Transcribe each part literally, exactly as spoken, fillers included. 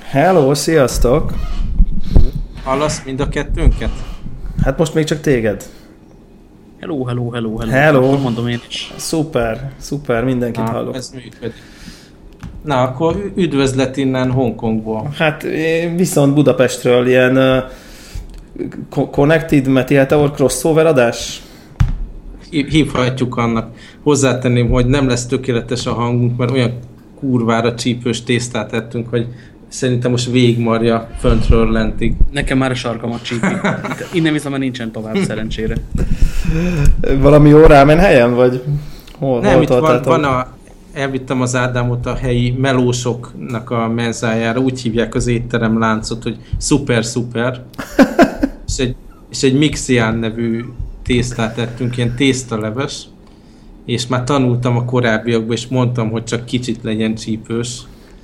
Hello, sziasztok! Hallasz mind a kettőnket? Hát most még csak téged. Hello, hello, hello, hello. Hello. Akkor mondom én is. Szuper, szuper, mindenkit Na, hallok. ez működik. Na, akkor üdvözlet innen Hongkongból. Hát viszont Budapestről ilyen uh, Connected Meteor crossover adás? Hívhatjuk annak. Hozzátenném, hogy nem lesz tökéletes a hangunk, mert olyan kurvára csípős tésztát ettünk, hogy szerintem most végigmarja föntről lentig. Nekem már a sarkamat csípi. Innen viszont már nincsen tovább, szerencsére. Valami jó rámen helyen, vagy hol, Nem, hol itt van, toltátok? van a, elvittem az Ádámot a helyi melósoknak a menzájára, úgy hívják az étterem láncot, hogy szuper, szuper. és, egy, és egy Mixian nevű tésztát ettünk, ilyen tésztaleves, és már tanultam a korábbiakban, és mondtam, hogy csak kicsit legyen csípős,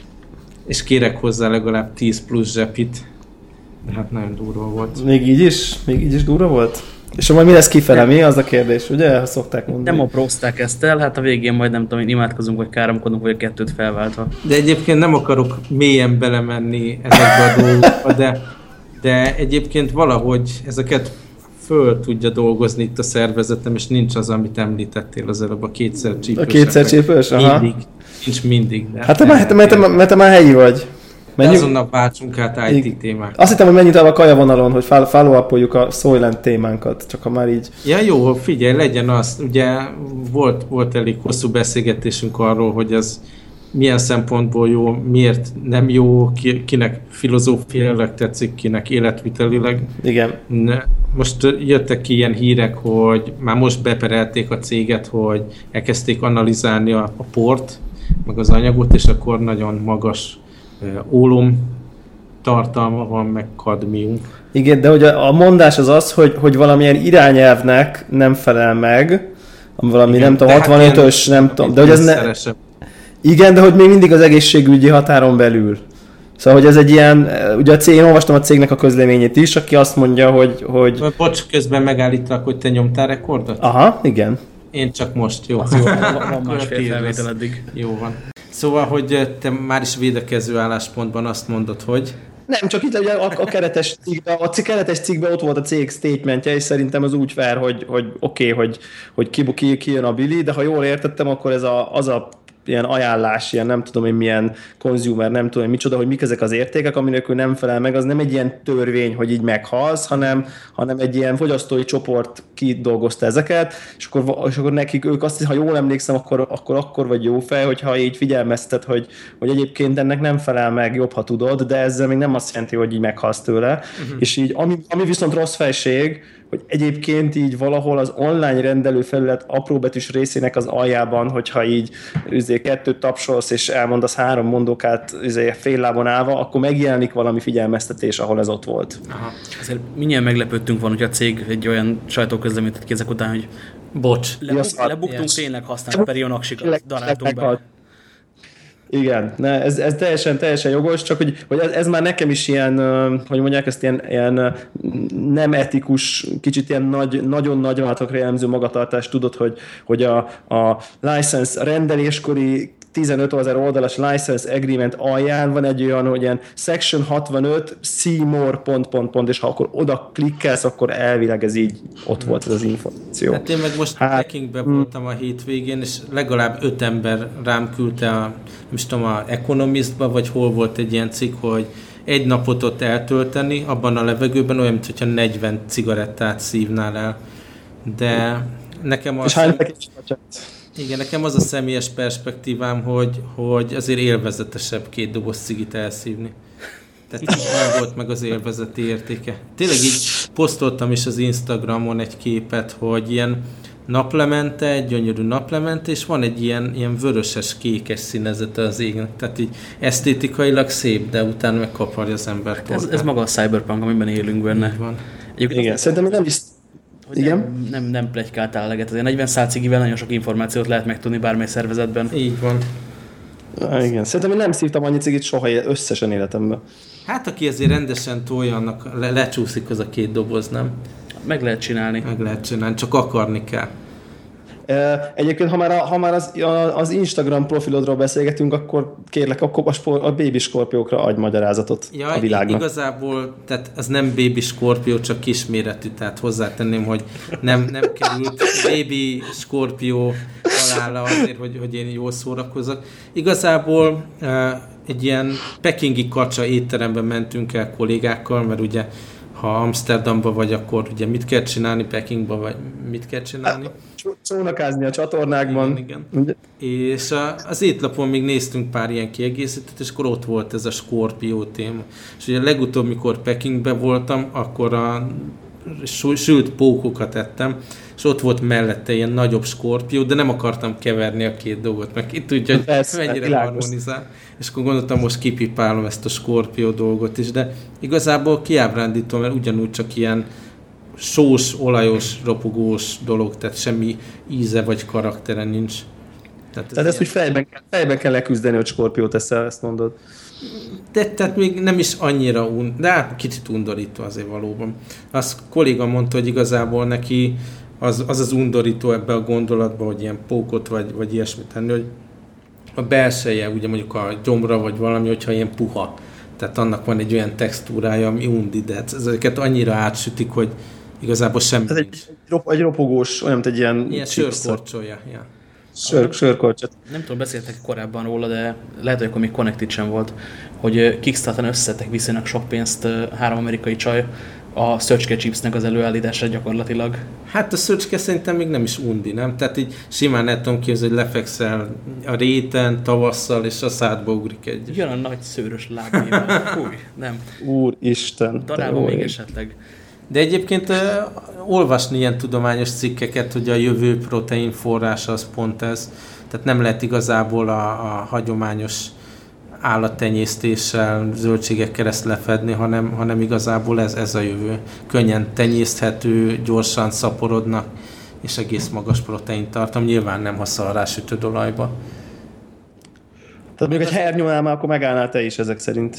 és kérek hozzá legalább tíz plusz zsepit, de hát nagyon durva volt. Még így is? Még így is durva volt? És majd mi lesz kifele, mi? Az a kérdés, ugye? Ha szokták mondani. Nem aprózták ezt el, hát a végén majd nem tudom, imádkozunk, vagy káromkodunk, vagy a kettőt felváltva. De egyébként nem akarok mélyen belemenni ezekbe a dolgokba, de, de egyébként valahogy ezeket föl tudja dolgozni itt a szervezetem, és nincs az, amit említettél az előbb, a kétszer csípős. A kétszer csípős? Aha. Mindig. Nincs mindig. De hát te már, mert, te, mert te már helyi vagy. Menjünk. Azonnal váltsunk át í té témák. Azt hittem, hogy menjünk el a kajavonalon, hogy follow-upoljuk a Soylent témánkat, csak ha már így... Ja jó, figyelj, legyen az. Ugye volt, volt elég hosszú beszélgetésünk arról, hogy ez milyen szempontból jó, miért nem jó, kinek filozófiailag tetszik, kinek életvitelileg. Igen. Most jöttek ki ilyen hírek, hogy már most beperelték a céget, hogy elkezdték analizálni a, a port, meg az anyagot, és akkor nagyon magas ólom tartalma van, meg kadmium. Igen, de hogy a, a mondás az az, hogy, hogy valamilyen irányelvnek nem felel meg, valami igen, nem tudom, hatvanötös, nem tudom, de hogy ez ne... Igen, de hogy még mindig az egészségügyi határon belül. Szóval, hogy ez egy ilyen, ugye a cég, én olvastam a cégnek a közleményét is, aki azt mondja, hogy... hogy... Bocs, közben megállítlak, hogy te nyomtál rekordot? Aha, igen. Én csak most, jó. jó van másfél felvétel eddig. Jó van. Szóval, hogy te már is védekező álláspontban azt mondod, hogy... Nem, csak itt ugye a, a keretes cikkben, a keretes cikkben ott volt a cég statementje, és szerintem az úgy fair, hogy, hogy oké, okay, hogy, hogy ki, ki, ki jön a Billy, de ha jól értettem, akkor ez a, az a ilyen ajánlás, ilyen nem tudom én milyen consumer, nem tudom én micsoda, hogy mik ezek az értékek, aminek ő nem felel meg, az nem egy ilyen törvény, hogy így meghalsz, hanem, hanem egy ilyen fogyasztói csoport kidolgozta ezeket, és akkor, és akkor nekik ők azt, ha jól emlékszem, akkor, akkor, akkor vagy jó fej, hogyha így figyelmeztet, hogy, hogy egyébként ennek nem felel meg, jobb, ha tudod, de ezzel még nem azt jelenti, hogy így meghalsz tőle. Uh-huh. És így, ami, ami viszont rossz fejség, hogy egyébként így valahol az online rendelő felület apróbetűs részének az aljában, hogyha így üzé, kettőt tapsolsz és elmondasz három mondókát üzé, fél lábon állva, akkor megjelenik valami figyelmeztetés, ahol ez ott volt. Aha. Azért mindjárt meglepődtünk van, hogy a cég egy olyan sajtóközleményt tett ki ezek után, hogy bocs, lebuk, lebuktunk, yes. Tényleg használt perionaksikat daráltunk be. Igen, ne, ez, ez teljesen, teljesen jogos, csak hogy, hogy ez, ez már nekem is ilyen, hogy mondják, ezt ilyen, ilyen nem etikus, kicsit ilyen nagy, nagyon nagy vállalatokra jellemző magatartást tudod, hogy, hogy a, a license rendeléskori tizenöt ezer oldalas license agreement alján van egy olyan, hogy ilyen section hatvanöt, see more, pont, pont, pont, és ha akkor oda klikkelsz, akkor elvileg ez így ott volt ez az információ. Hát én meg most hát, hackingbe hmm. voltam a hétvégén, és legalább öt ember rám küldte a, nem tudom, a Economistba, vagy hol volt egy ilyen cikk, hogy egy napot ott eltölteni, abban a levegőben olyan, mintha negyven cigarettát szívnál el. De nekem az... Igen, nekem az a személyes perspektívám, hogy, hogy azért élvezetesebb két doboz cigit elszívni. Tehát nem volt meg az élvezeti értéke. Tényleg így posztoltam is az Instagramon egy képet, hogy ilyen naplemente, egy gyönyörű naplemente, és van egy ilyen, ilyen vöröses, kékes színezete az égnek. Tehát így esztétikailag szép, de utána megkaparja az ember. Ez, ez maga a cyberpunk, amiben élünk benne. Így van. Igen, szerintem nem is... Hogy igen? Nem, nem, nem pletykáltál eleget. Azért negyven szál cigivel nagyon sok információt lehet megtudni bármely szervezetben. Így van. Ah, igen. Szerintem én nem szívtam annyi cigit soha összesen életemben. Hát aki ezért rendesen tolja, annak le- lecsúszik az a két doboz, nem? Meg lehet csinálni. Meg lehet csinálni, csak akarni kell. Egyébként, ha már, a, ha már az, az Instagram profilodról beszélgetünk, akkor kérlek, akkor a, spor, a baby skorpiókra adj magyarázatot ja, a világnak. Igazából, tehát az nem baby skorpió, csak kisméretű, tehát hozzátenném, hogy nem, nem került baby skorpió alála azért, hogy, hogy én jól szórakozok. Igazából egy ilyen pekingi kacsa étteremben mentünk el kollégákkal, mert ugye ha Amsterdamba vagy, akkor ugye mit kell csinálni, Pekingban, vagy mit kell csinálni? Csónakázni a csatornákban. Igen, igen. És a, az étlapon még néztünk pár ilyen kiegészítőt, és akkor ott volt ez a skorpió téma. És ugye legutóbb, mikor Pekingben voltam, akkor a sült pókokat ettem, és ott volt mellette ilyen nagyobb skorpió, de nem akartam keverni a két dolgot, meg itt tudja, hogy persze, mennyire világos. Harmonizál. És akkor gondoltam, most kipipálom ezt a skorpió dolgot is, de igazából kiábrándító, mert ugyanúgy csak ilyen sós, olajos, ropogós dolog, tehát semmi íze vagy karaktere nincs. Tehát, ez tehát ezt úgy fejben, fejben kell leküzdeni, hogy skorpiót eszel, ezt mondod. De tehát még nem is annyira, un, de hát kicsit undorító azért valóban. Azt kolléga mondta, hogy igazából neki az az, az undorító ebbe a gondolatba, hogy ilyen pókot vagy, vagy ilyesmit tenni, hogy a belseje, ugye mondjuk a gyomra vagy valami, hogyha ilyen puha. Tehát annak van egy olyan textúrája, ami undi, de ezeket annyira átsütik, hogy igazából semmi ez egy, egy ropogós, olyan, mint egy ilyen... Ilyen sörkorcsolja, ja. Sör, sörkorcsot. Nem tudom, beszéltek korábban róla, de lehet, hogy akkor még Connected sem volt, hogy Kickstarteren összetek viszonylag sok pénzt három amerikai csaj a szöcske chipsnek az előállításra gyakorlatilag. Hát a szöcske szerintem még nem is undi, nem? Tehát így simán el tudom képzelni, hogy lefekszel a réten, tavasszal, és a szádba ugrik egy. Jön a nagy szőrös lábmével. Fúj, nem. Úristen. Darában még esetleg. De egyébként uh, olvasni ilyen tudományos cikkeket, hogy a jövő protein forrása az pont ez. Tehát nem lehet igazából a, a hagyományos állattenyésztéssel, zöldségekkel ezt lefedni, hanem, hanem igazából ez, ez a jövő. Könnyen tenyészthető, gyorsan szaporodnak, és egész magas protein tartom. Nyilván nem, ha szarrá sütöd olajba. Tehát még egy hernyónál már akkor megállnál te is ezek szerint.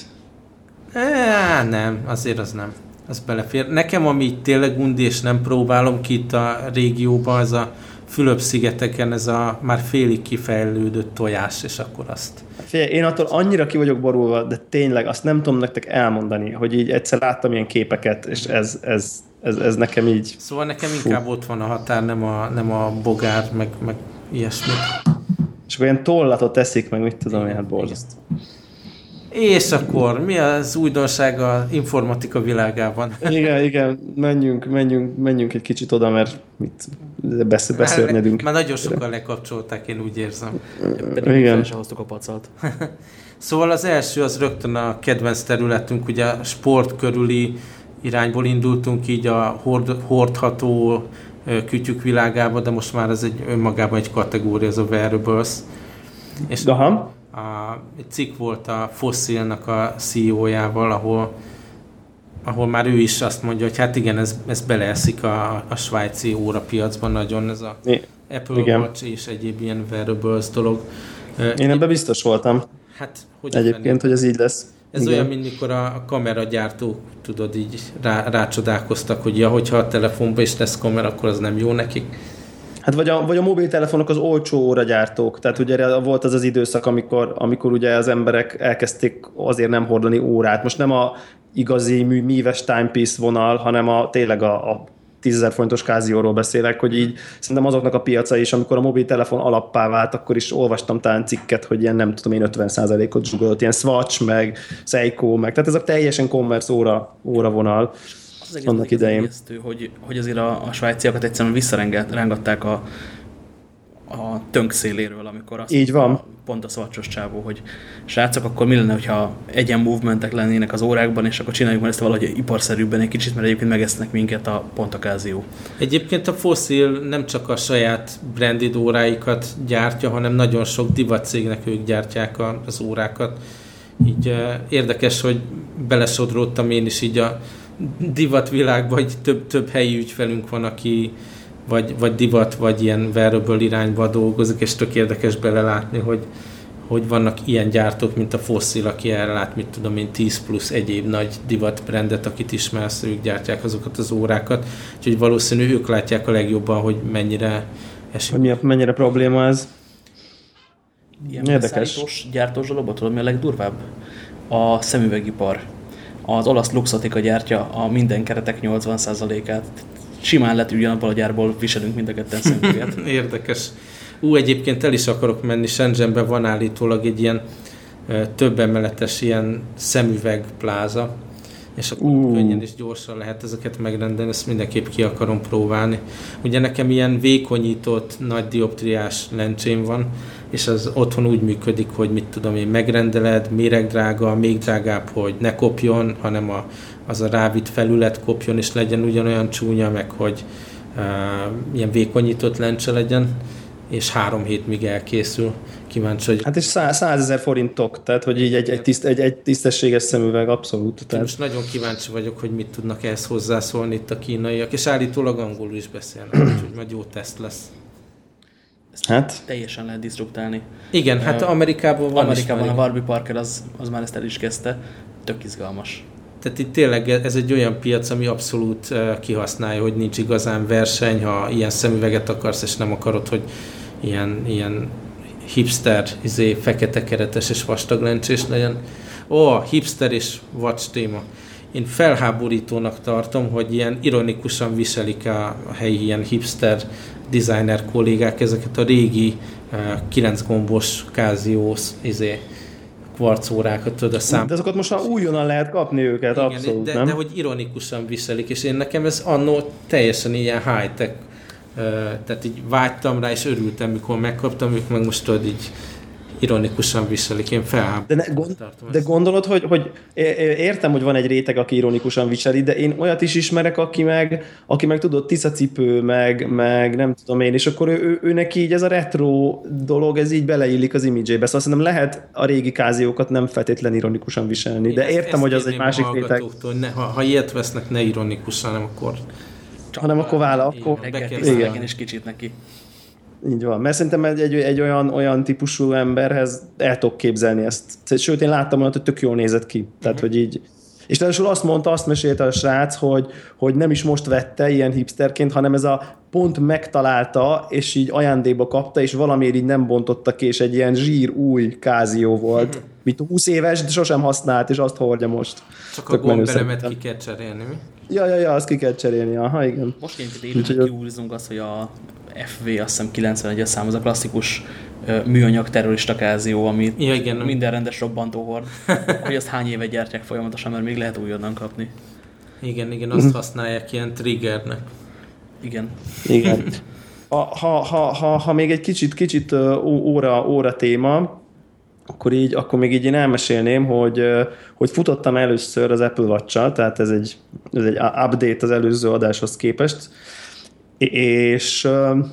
É, nem, azért az nem. Az belefér. Nekem, ami tényleg undi, és nem próbálom ki itt a régióban, az a Fülöp-szigeteken ez a már félig kifejlődött tojás, és akkor azt... Figyelj, én attól annyira ki vagyok borulva, de tényleg azt nem tudom nektek elmondani, hogy így egyszer láttam ilyen képeket, és ez, ez, ez, ez nekem így... Szóval nekem inkább Fú. ott van a határ, nem a, nem a bogár, meg, meg ilyesmi. És akkor ilyen tollatot teszik, meg mit tudom, ilyen borzasztó. És akkor mi az újdonság az informatika világában? Igen, igen, menjünk, menjünk, menjünk egy kicsit oda, mert mit besz- beszörnyedünk. Már, már nagyon sokan lekapcsolták, én úgy érzem. Pedig igen. Fel se hoztuk a pacalt. Szóval az első az rögtön a kedvenc területünk, ugye a sport körüli irányból indultunk így a hord, hordható kütyük világába, de most már ez egy önmagában egy kategória, ez a wearables. És Aha. A, egy cikk volt a Fossilnak a cé e ó-jával, ahol, ahol már ő is azt mondja, hogy hát igen, ez, ez beleeszik a, a svájci órapiacban nagyon, ez a I, Apple igen. Watch és egyéb ilyen wearables dolog. Én ebben biztos voltam. Hát, hogy egyébként, fenni? Hogy ez így lesz. Ez igen. Olyan, mint mikor a kameragyártók, tudod, így rá, rácsodálkoztak, hogy ja, hogyha a telefonban is lesz kamera, akkor az nem jó nekik. Hát vagy a, vagy a mobiltelefonok az olcsó óragyártók. Tehát ugye volt az az időszak, amikor, amikor ugye az emberek elkezdték azért nem hordani órát. Most nem a igazi mű, míves timepiece vonal, hanem a, tényleg a, a tízezer forintos Casio-ról beszélek, hogy így szerintem azoknak a piaca is, amikor a mobiltelefon alappá vált, akkor is olvastam talán cikket, hogy ilyen nem tudom én ötven százalékot zsugolott, ilyen Swatch, meg Seiko, meg tehát ez a teljesen commerce óra, óra vonal. Az egész annak idején. Ijesztő, hogy, hogy azért a, a svájciakat egyszerűen visszarángatták a, a tönk széléről, amikor azt így van. A, pont a szavacsos csávó, hogy srácok, akkor mi lenne, hogyha egyen movementek lennének az órákban, és akkor csináljuk már ezt valahogy iparszerűbben egy kicsit, mert egyébként megesznek minket a pont a Casio. Egyébként a Fossil nem csak a saját branded óráikat gyártja, hanem nagyon sok divatcégnek ők gyártják az órákat. Így érdekes, hogy belesodródtam én is így a divatvilágban, hogy több, több helyi ügyfelünk van, aki vagy, vagy divat, vagy ilyen wearable irányba dolgozik, és tök érdekes belelátni, hogy, hogy vannak ilyen gyártók, mint a Fossil, aki ellát, mit tudom én, tíz plusz egyéb nagy divat brandet, akit ismersz, ők gyártják azokat az órákat, úgyhogy valószínű ők látják a legjobban, hogy mennyire esik. Mi, mennyire probléma ez? Ilyen érdekes. Gyártós dologban tudod, mi a legdurvább? A szemüvegipar. Az olasz Luxottica gyártja a minden keretek nyolcvan százalékát. Simán lett ugyanabban a gyárból viselünk mind a ketten szemüveget. Érdekes. Ú, egyébként el is akarok menni, Shenzhenben van állítólag egy ilyen több emeletes ilyen szemüvegpláza, és akkor uh. könnyen és gyorsan lehet ezeket megrendelni, ezt mindenképp ki akarom próbálni. Ugye nekem ilyen vékonyított, nagy dioptriás lencsém van, és az otthon úgy működik, hogy mit tudom én, megrendeled, méregdrága, még drágább, hogy ne kopjon, hanem a, az a rávitt felület kopjon, és legyen ugyanolyan csúnya, meg hogy uh, ilyen vékonyított lencse legyen, és három hét még elkészül. Kíváncsi, hogy... Hát és százezer forintok, tehát hogy így egy, egy, tiszt, egy, egy tisztességes szemüveg, abszolút. Tehát... Most nagyon kíváncsi vagyok, hogy mit tudnak ehhez hozzászólni itt a kínaiak, és állítólag angolul is beszélnek, úgyhogy majd jó teszt lesz. Ezt hát? Teljesen lehet diszruptálni. Igen, hát uh, Amerikában van Amerikában a Warby Parker az, az már ezt el is kezdte. Tök izgalmas. Tehát itt tényleg ez egy olyan piac, ami abszolút uh, kihasználja, hogy nincs igazán verseny, ha ilyen szemüveget akarsz, és nem akarod, hogy ilyen, ilyen hipster, izé, fekete keretes és vastag lencsés legyen. Ó, oh, hipster és watch téma. Én felháborítónak tartom, hogy ilyen ironikusan viselik a, a helyi ilyen hipster designer kollégák ezeket a régi uh, kilenc gombos Casio izé, kvarcórákat, tudod, a szám. De azokat most már újonnan lehet kapni őket, igen, abszolút, de, nem? de hogy ironikusan viselik, és én nekem ez annó teljesen ilyen high-tech, uh, tehát így vágytam rá, és örültem, mikor megkaptam, ők meg most tudod így ironikusan viselik, én felháborodtam. De, gond, de gondolod, hogy, hogy értem, hogy van egy réteg, aki ironikusan viseli, de én olyat is ismerek, aki meg, aki meg tudod, tiszacipő, meg, meg nem tudom én, és akkor ő, ő, ő neki így ez a retro dolog, ez így beleillik az imidzsébe. Szóval szerintem lehet a régi Casio-kat nem feltétlen ironikusan viselni, de értem, ezt hogy az egy másik réteg. Ne, ha, ha ilyet vesznek, ne ironikusan, hanem akkor... Hanem akkor vála, akkor... Igen, is kicsit neki. Így van, mert szerintem egy, egy, egy olyan, olyan típusú emberhez el tudok képzelni ezt. Sőt, én láttam olyat, hogy tök jól nézett ki. Tehát, uh-huh. hogy így... És ráadásul azt mondta, azt mesélte a srác, hogy, hogy nem is most vette ilyen hipsterként, hanem ez a pont megtalálta, és így ajándékba kapta, és valamiért így nem bontotta ki, és egy ilyen zsír új Casio volt. Uh-huh. Mint húsz éves, de sosem használt, és azt hordja most. Csak a gombelemet ki kell cserélni, mi? Ja, ja, ja, azt ki kell cserélni, aha, igen. Most kényként élően kiúrizunk azt, hogy a ef vé, azt hiszem kilencvenegyes szám, az a klasszikus uh, műanyag terrorista Casio, ami ja, igen, minden rendes robbantó hord, hogy azt hány éve gyártják folyamatosan, mert még lehet újonnan kapni. Igen, igen, azt használják ilyen triggernek. Igen. Igen. Ha, ha, ha, ha, ha még egy kicsit, kicsit óra, óra téma, akkor így, akkor még így én elmesélném, hogy, hogy futottam először az Apple Watch-sal, tehát ez egy, ez egy update az előző adáshoz képest, és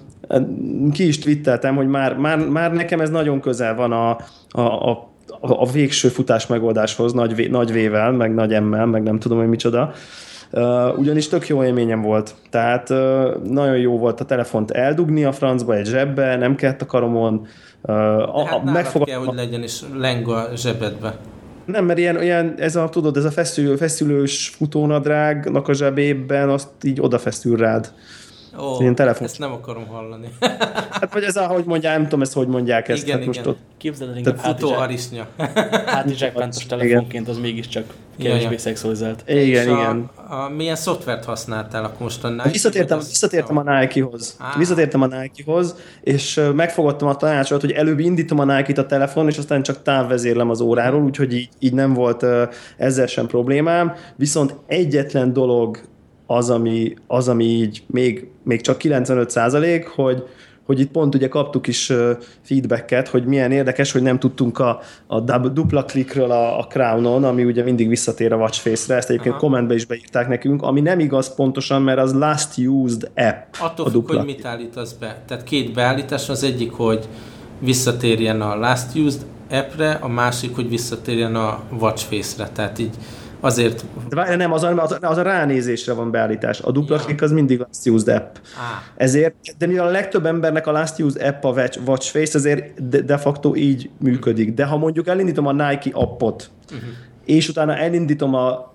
ki is twitteltem, hogy már, már, már nekem ez nagyon közel van a, a, a, a végső futás megoldáshoz, nagy, v, nagy V-vel, meg nagy M-mel, meg nem tudom, hogy micsoda. Uh, ugyanis tök jó élményem volt. Tehát uh, nagyon jó volt a telefont eldugni a francba, egy zsebbe, nem kellett a karomon. Uh, a, hát megfogad... kell, hogy legyen is leng a zsebedbe. Nem, mert ilyen, ilyen ez a, tudod, ez a feszül, feszülős futónadrágnak a zsebében, azt így odafeszül rád. Ó, telefon... ezt nem akarom hallani. Hát vagy ez a, hogy mondják, nem tudom ezt, hogy mondják ezt. Igen, hát igen. Most ott... Képzeld, inkább futóharisnya. Hátizsákpántos telefonként az mégiscsak kevésbé ja, szexualizált. Igen, és igen. A, a, milyen szoftvert használtál akkor most a Nike? Visszatértem, visszatértem a Nike-hoz. Ah. Visszatértem a Nike-hoz, és megfogadtam a tanácsot, hogy előbb indítom a Nike-t a telefon, és aztán csak távvezérlem az óráról, úgyhogy így, így nem volt ezzel sem problémám. Viszont egyetlen dolog az, ami, az, ami így még, még csak kilencvenöt százalék, hogy, hogy itt pont ugye kaptuk is feedbacket, hogy milyen érdekes, hogy nem tudtunk a, a dupla klikről a, a Crownon, ami ugye mindig visszatér a watch face-re, ezt egyébként Aha. kommentbe is beírták nekünk, ami nem igaz pontosan, mert az last used app. Attól függ, hogy mit állítasz be. Tehát két beállítás, az egyik, hogy visszatérjen a last used appre, a másik, hogy visszatérjen a watch face-re. Tehát így azért... De várj, nem, az a, az, a, az a ránézésre van beállítás. A dupla click az mindig last used app. Ah. Ezért, de mivel a legtöbb embernek a last used app a watch face, ezért de, de facto így működik. De ha mondjuk elindítom a Nike appot, uh-huh. és utána elindítom a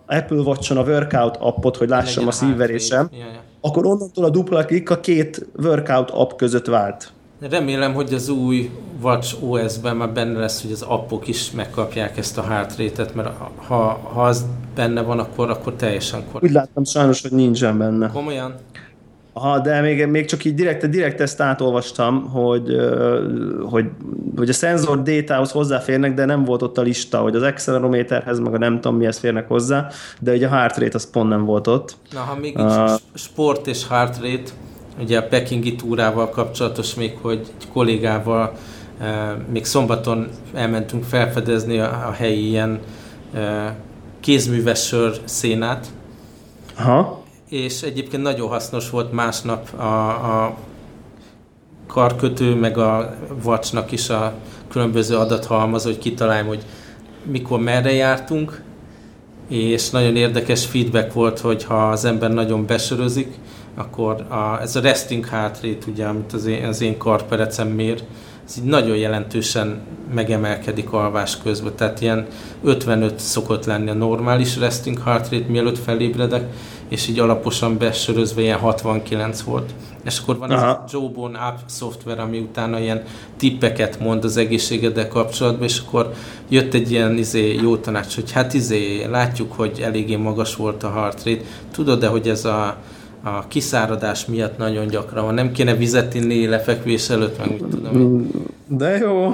Apple Watch-on a workout appot, hogy lássam a szívverésem, ja, ja. akkor onnantól a dupla klik a két workout app között vált. Remélem, hogy az új Watch o es-ben már benne lesz, hogy az appok is megkapják ezt a heart rate-et, mert ha, ha az benne van, akkor, akkor teljesen korrekt. Úgy láttam sajnos, hogy nincsen benne. Komolyan? Aha, de még, még csak így direkt, direkt ezt átolvastam, hogy, hogy, hogy a szenzor détához hozzáférnek, de nem volt ott a lista, hogy az accelerométerhez, meg a nem tudom mihez férnek hozzá, de ugye a heart rate az pont nem volt ott. Na, ha még uh, sport és heart rate, ugye a pekingi túrával kapcsolatos még, hogy egy kollégával eh, még szombaton elmentünk felfedezni a, a helyi ilyen eh, kézműves sör szénát. Aha. És egyébként nagyon hasznos volt másnap a, a karkötő, meg a Watchnak is a különböző adathalmaz, hogy kitaláljam, hogy mikor merre jártunk, és nagyon érdekes feedback volt, hogy ha az ember nagyon besörözik, akkor a, ez a resting heart rate, ugye, amit az én, az én karperecem mér, ez így nagyon jelentősen megemelkedik alvás közben. Tehát ilyen ötvenöt szokott lenni a normális resting heart rate, mielőtt felébredek, és így alaposan besörözve ilyen hatvankilenc volt. És akkor van Aha. az a Jawbone app szoftver, ami utána ilyen tippeket mond az egészségeddel kapcsolatban, és akkor jött egy ilyen izé, jó tanács, hogy hát izé, látjuk, hogy eléggé magas volt a heart rate. Tudod, de hogy ez a a kiszáradás miatt nagyon gyakran van. Nem kéne vizet inni lefekvés előtt, meg mit tudom. De jó.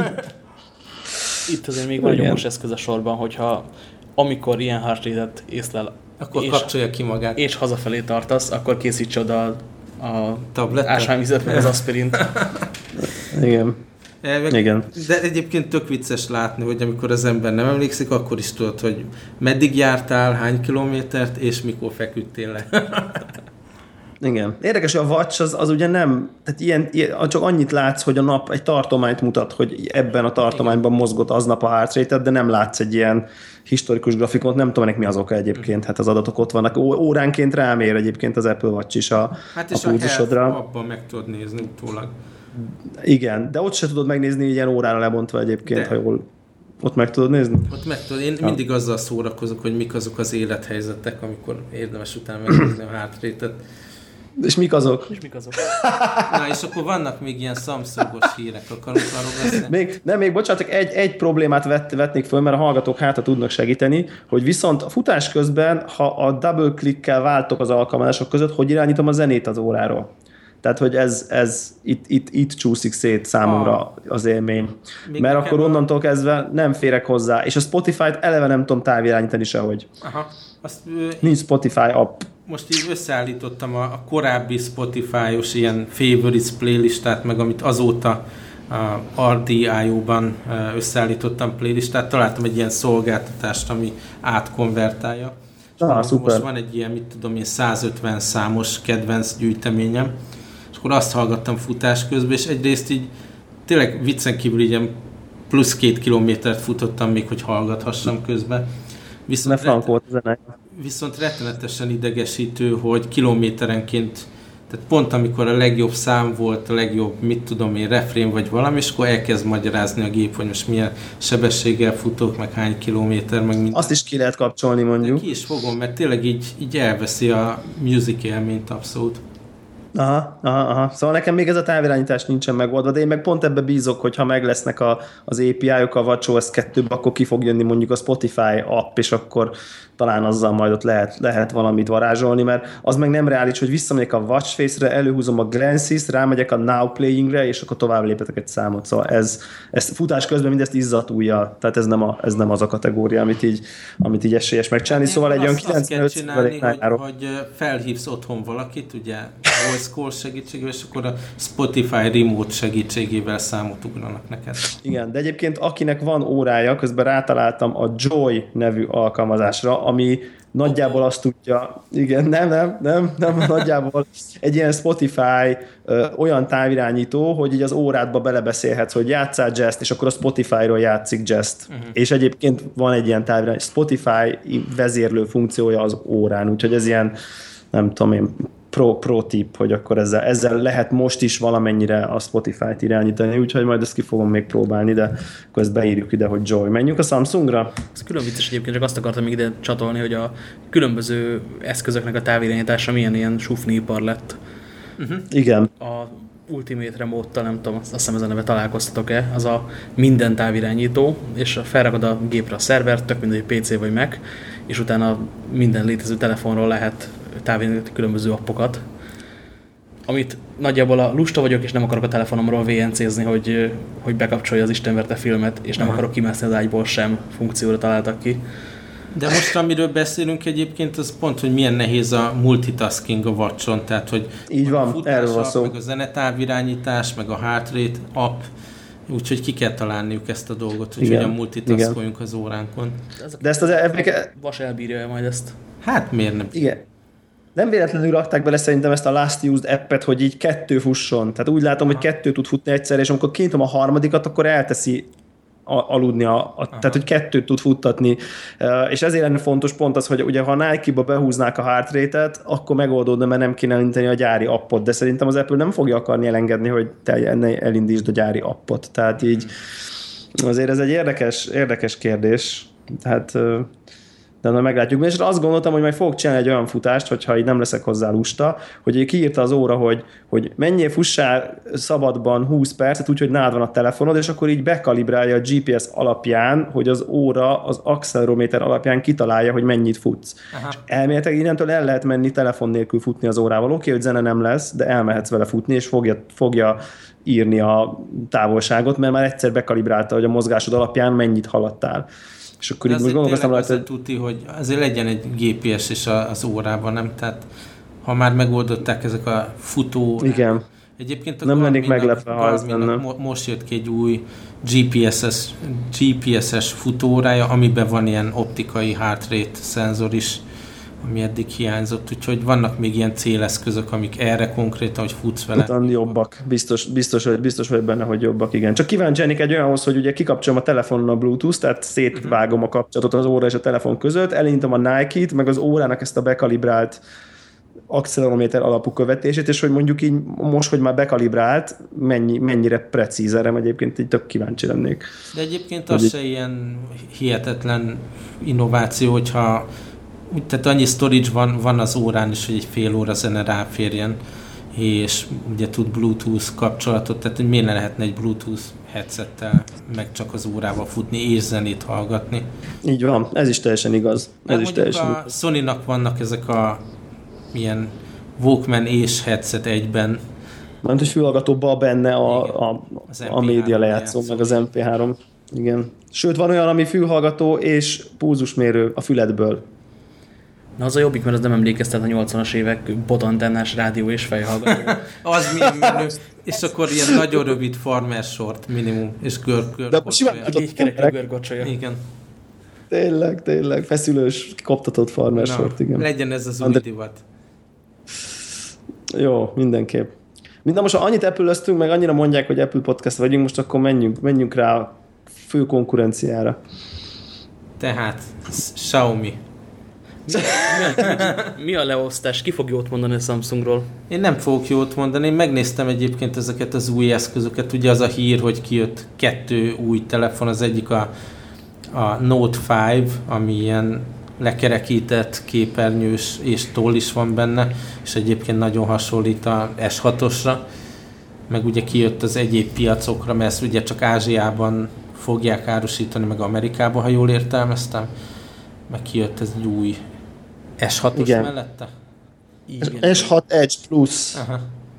Itt azért még van egy okos eszköz a sorban, hogyha amikor ilyen heart rate-et észlel, akkor és, kapcsolja ki magát. És hazafelé tartasz, akkor készíts oda a tablettet, ásványvizet, meg az aspirint. Igen. Meg, Igen. De egyébként tök vicces látni, hogy amikor az ember nem emlékszik, akkor is tudod, hogy meddig jártál, hány kilométert, és mikor feküdtél le. Igen. Érdekes, hogy a Watch az, az ugye nem, tehát ilyen, ilyen, csak annyit látsz, hogy a nap egy tartományt mutat, hogy ebben a tartományban mozgott aznap a heart rate-et, de nem látsz egy ilyen historikus grafikont, nem tudom, ennek mi az oka egyébként, hát az adatok ott vannak. Óránként rámér egyébként az Apple Watch is a, hát és a pulzusodra. Hát abban meg tudod nézni utólag. Igen, de ott se tudod megnézni ilyen órára lebontva egyébként, de. Ha jól... Ott meg tudod nézni? Ott meg tudod. Én ja. mindig azzal szórakozok, hogy mik azok az élethelyzetek, amikor érdemes utána megnézni a heart rate-et. És mik azok? És mik azok? Na, és akkor vannak még ilyen Samsungos hírek, akarunk arról beszélni? Még, nem, még bocsánat, egy, egy problémát vett, vetnék föl, mert a hallgatók hátra tudnak segíteni, hogy viszont a futás közben, ha a double clickkel váltok az alkalmazások között, hogy irányítom a zenét az óráról. Tehát, hogy ez, ez itt, itt, itt csúszik szét számomra ah. az élmény. Még mert akkor onnantól kezdve nem férek hozzá. És a Spotify-t eleve nem tudom távirányítani sehogy. Aha. Azt, Nincs Spotify app. Most így összeállítottam a, a korábbi Spotify-os ilyen favorites playlistát, meg amit azóta a er dé i o-ban összeállítottam playlistát. Találtam egy ilyen szolgáltatást, ami átkonvertálja. Ah, most van egy ilyen, mit tudom én, százötven számos kedvenc gyűjteményem, és akkor azt hallgattam futás közben, és egyrészt így tényleg viccen kívül így plusz két kilométert futottam még, hogy hallgathassam közben. Viszont, reten- viszont rettenetesen idegesítő, hogy kilométerenként, tehát pont amikor a legjobb szám volt, a legjobb, mit tudom én, refrén vagy valami, és akkor elkezd magyarázni a gép, hogy most milyen sebességgel futok, meg hány kilométer, meg minden. Azt is ki lehet kapcsolni, mondjuk. De ki is fogom, mert tényleg így, így elveszi a music élményt abszolút. Aha, aha, aha. Szóval nekem még ez a távirányítás nincsen megoldva, de én meg pont ebbe bízok, hogy ha meg lesznek a, az á pé i-ok a WatchOS kettőben, akkor ki fog jönni mondjuk a Spotify app, és akkor talán azzal majd ott lehet, lehet valamit varázsolni, mert az meg nem reális, hogy visszamegyek a Watch Face-re, előhúzom a Glances, rámegyek a Now Playing-re, és akkor tovább lépetek egy számot. Szóval ez, ez futás közben mindezt izzat ujjal, tehát ez nem, a, ez nem az a kategória, amit így, amit így esélyes megcsinálni. Hát szóval egy olyan kilencvenöt százalék hogy, hogy felhívsz otthon valakit, ugye voice call segítségével, és akkor a Spotify remote segítségével számot ugranak neked. Igen, de egyébként akinek van órája, közben rátaláltam a Joy nevű alkalmazásra, ami nagyjából azt tudja, igen, nem, nem, nem, nem, nagyjából egy ilyen Spotify ö, olyan távirányító, hogy így az órádba belebeszélhetsz, hogy játsszál jazzt, és akkor a Spotify-ról játszik jazzt. Uh-huh. És egyébként van egy ilyen távirányító, Spotify vezérlő funkciója az órán, úgyhogy ez ilyen, nem tudom én, pro, pro tip, hogy akkor ezzel, ezzel lehet most is valamennyire a Spotify-t irányítani, úgyhogy majd ezt ki fogom még próbálni, de akkor ezt beírjuk ide, hogy Joy. Menjünk a Samsungra? Ez külön vicces egyébként, csak azt akartam még ide csatolni, hogy a különböző eszközöknek a távirányítása milyen ilyen sufniipar lett. Uh-huh. Igen. A Ultimate Remote-tal, nem tudom, azt hiszem ez a neve, találkoztatok-e, az a minden távirányító, és felrakod a gépre a szervert, tök mindegy pé cé vagy Mac, és utána minden létező telefonról lehet távirányítani különböző appokat, amit nagyjából a lusta vagyok, és nem akarok a telefonomról vé en cézni, hogy, hogy bekapcsolja az istenverte filmet, és nem Aha. akarok kimászni az ágyból sem funkcióra találtak ki. De most, amiről beszélünk egyébként, az pont, hogy milyen nehéz a multitasking a Watch-on, tehát, hogy így van, a futás van szó. Meg a zenetávirányítás, meg a heart rate app, úgyhogy ki kell találniuk ezt a dolgot, hogy hogyan multitaskoljunk az óránkon. De ezt az elveket... Vas elbírja majd ezt. Hát miért nem? Igen. Nem véletlenül rakták bele szerintem ezt a Last Used appet, hogy így kettő fusson. Tehát úgy látom, Aha. hogy kettő tud futni egyszerre, és amikor kinyitom a harmadikat, akkor elteszi a, aludni, a, a, tehát hogy kettőt tud futtatni. És ezért lenne fontos pont az, hogy ugye ha a Nike-ba behúznák a heart rate-et, akkor megoldódna, mert nem kéne elindítani a gyári appot. De szerintem az Apple nem fogja akarni elengedni, hogy te elindítsd a gyári appot. Tehát így azért ez egy érdekes, érdekes kérdés. Tehát... de na meglátjuk. És azt gondoltam, hogy majd fogok csinálni egy olyan futást, hogyha így nem leszek hozzá lusta, hogy kiírta az óra, hogy, hogy menjél, fussál szabadban húsz percet, úgyhogy nálad van a telefonod, és akkor így bekalibrálja a gé pé es alapján, hogy az óra az accelerométer alapján kitalálja, hogy mennyit futsz. Aha. És elméletileg innentől el lehet menni telefon nélkül futni az órával. Oké, okay, hogy zene nem lesz, de elmehetsz vele futni, és fogja, fogja írni a távolságot, mert már egyszer bekalibrálta, hogy a mozgásod alapján mennyit haladtál. És akkor de így most gondolkoztam rá, hogy... tuti, hogy azért legyen egy gé pé es is az órában, nem? Tehát ha már megoldották ezek a futó... Igen. Egyébként a nem lennék meglepve, ha ez lenne. Most jött ki egy új gé pé es-es, gé pé es-es futóórája, amiben van ilyen optikai heart rate szenzor is, ami eddig hiányzott, úgyhogy vannak még ilyen céleszközök, amik erre konkrétan, hogy futsz vele. Utána jobbak, biztos, biztos, hogy, biztos vagy benne, hogy jobbak, igen. Csak kíváncsi lennék egy olyanhoz, hogy ugye kikapcsolom a telefonon a Bluetooth, tehát szétvágom a kapcsolatot az óra és a telefon között, elindítom a Nike-t, meg az órának ezt a bekalibrált accelerométer alapú követését, és hogy mondjuk így most, hogy már bekalibrált, mennyi, mennyire precíz, erre egyébként így tök kíváncsi lennék. De egyébként az se ilyen hihetetlen innováció, hogyha úgy, tehát annyi storage van, van az órán is, hogy egy fél óra zene ráférjen, és ugye tud Bluetooth kapcsolatot, tehát hogy miért ne lehetne egy Bluetooth headsettel meg csak az órával futni és zenét hallgatni. Így van, ez is teljesen igaz. Ez is teljesen a igaz. Sony-nak vannak ezek a ilyen Walkman és headset egyben. Mert hogy fülhallgatóban benne a, a, a média lejátszó, meg az em pé három. Igen. Sőt, van olyan, ami fülhallgató és pulzusmérő a füledből. Na az a jobbik, mert az nem emlékeztet a nyolcvanas évek botantennás rádió és fejhallgató. Az milyen menő. És akkor ilyen nagyon rövid farmer short minimum, és görgörgocsolja. Így kerekű görgocsolja. Igen. Tényleg, tényleg. Feszülős, koptatott farmer Na, short, igen. Legyen ez az új divat. Jó, mindenképp. Minden most, ha annyit Apple-öztünk, meg annyira mondják, hogy Apple Podcast vagyunk, most akkor menjünk, menjünk rá a fő konkurenciára. Tehát, Xiaomi. Mi, mi, a, mi a leosztás? Ki fog jót mondani a Samsungról? Én nem fogok jót mondani. Én megnéztem egyébként ezeket az új eszközöket. Ugye az a hír, hogy kijött kettő új telefon. Az egyik a, a Note öt, ami ilyen lekerekített, képernyős és toll is van benne, és egyébként nagyon hasonlít a es hatosra. Meg ugye kijött az egyéb piacokra, mert ezt ugye csak Ázsiában fogják árusítani, meg Amerikában, ha jól értelmeztem. Meg kijött ez egy új es hatos igen. mellette? Igen. es hat Edge Plus. Aha.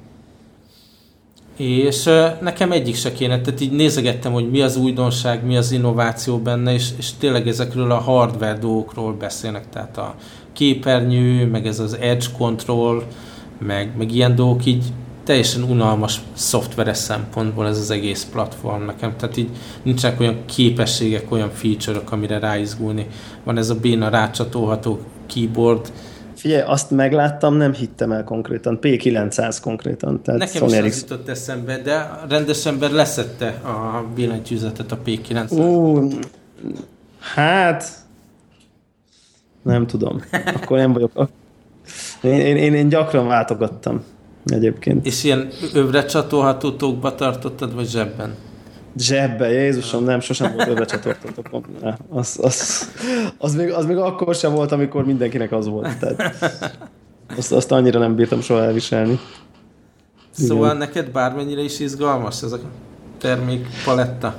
És uh, nekem egyik se kéne, tehát így nézegettem, hogy mi az újdonság, mi az innováció benne, és, és tényleg ezekről a hardware dolgokról beszélnek, tehát a képernyő, meg ez az Edge Control, meg, meg ilyen dolgok, így teljesen unalmas szoftveres szempontból ez az egész platform nekem, tehát így nincsenek olyan képességek, olyan feature-ök, amire ráizgulni. Van ez a béna rácsatolható keyboard. Figyelj, azt megláttam, nem hittem el konkrétan. P kilencszáz konkrétan. Tehát nekem is az jutott eszembe, de rendes ember leszette a billentyűzetet a P kilencszáz. Ó, hát nem tudom. Akkor nem vagyok. Én, én, én, én gyakran váltogattam egyébként. És ilyen övre csatolható tókba tartottad, vagy zsebben? Zsebben, Jézusom, nem, sosem volt övre csatoltatok. Az, az, az, még, az még akkor sem volt, amikor mindenkinek az volt. Tehát azt, azt annyira nem bírtam soha elviselni. Szóval igen. Neked bármennyire is izgalmas ez a termékpaletta?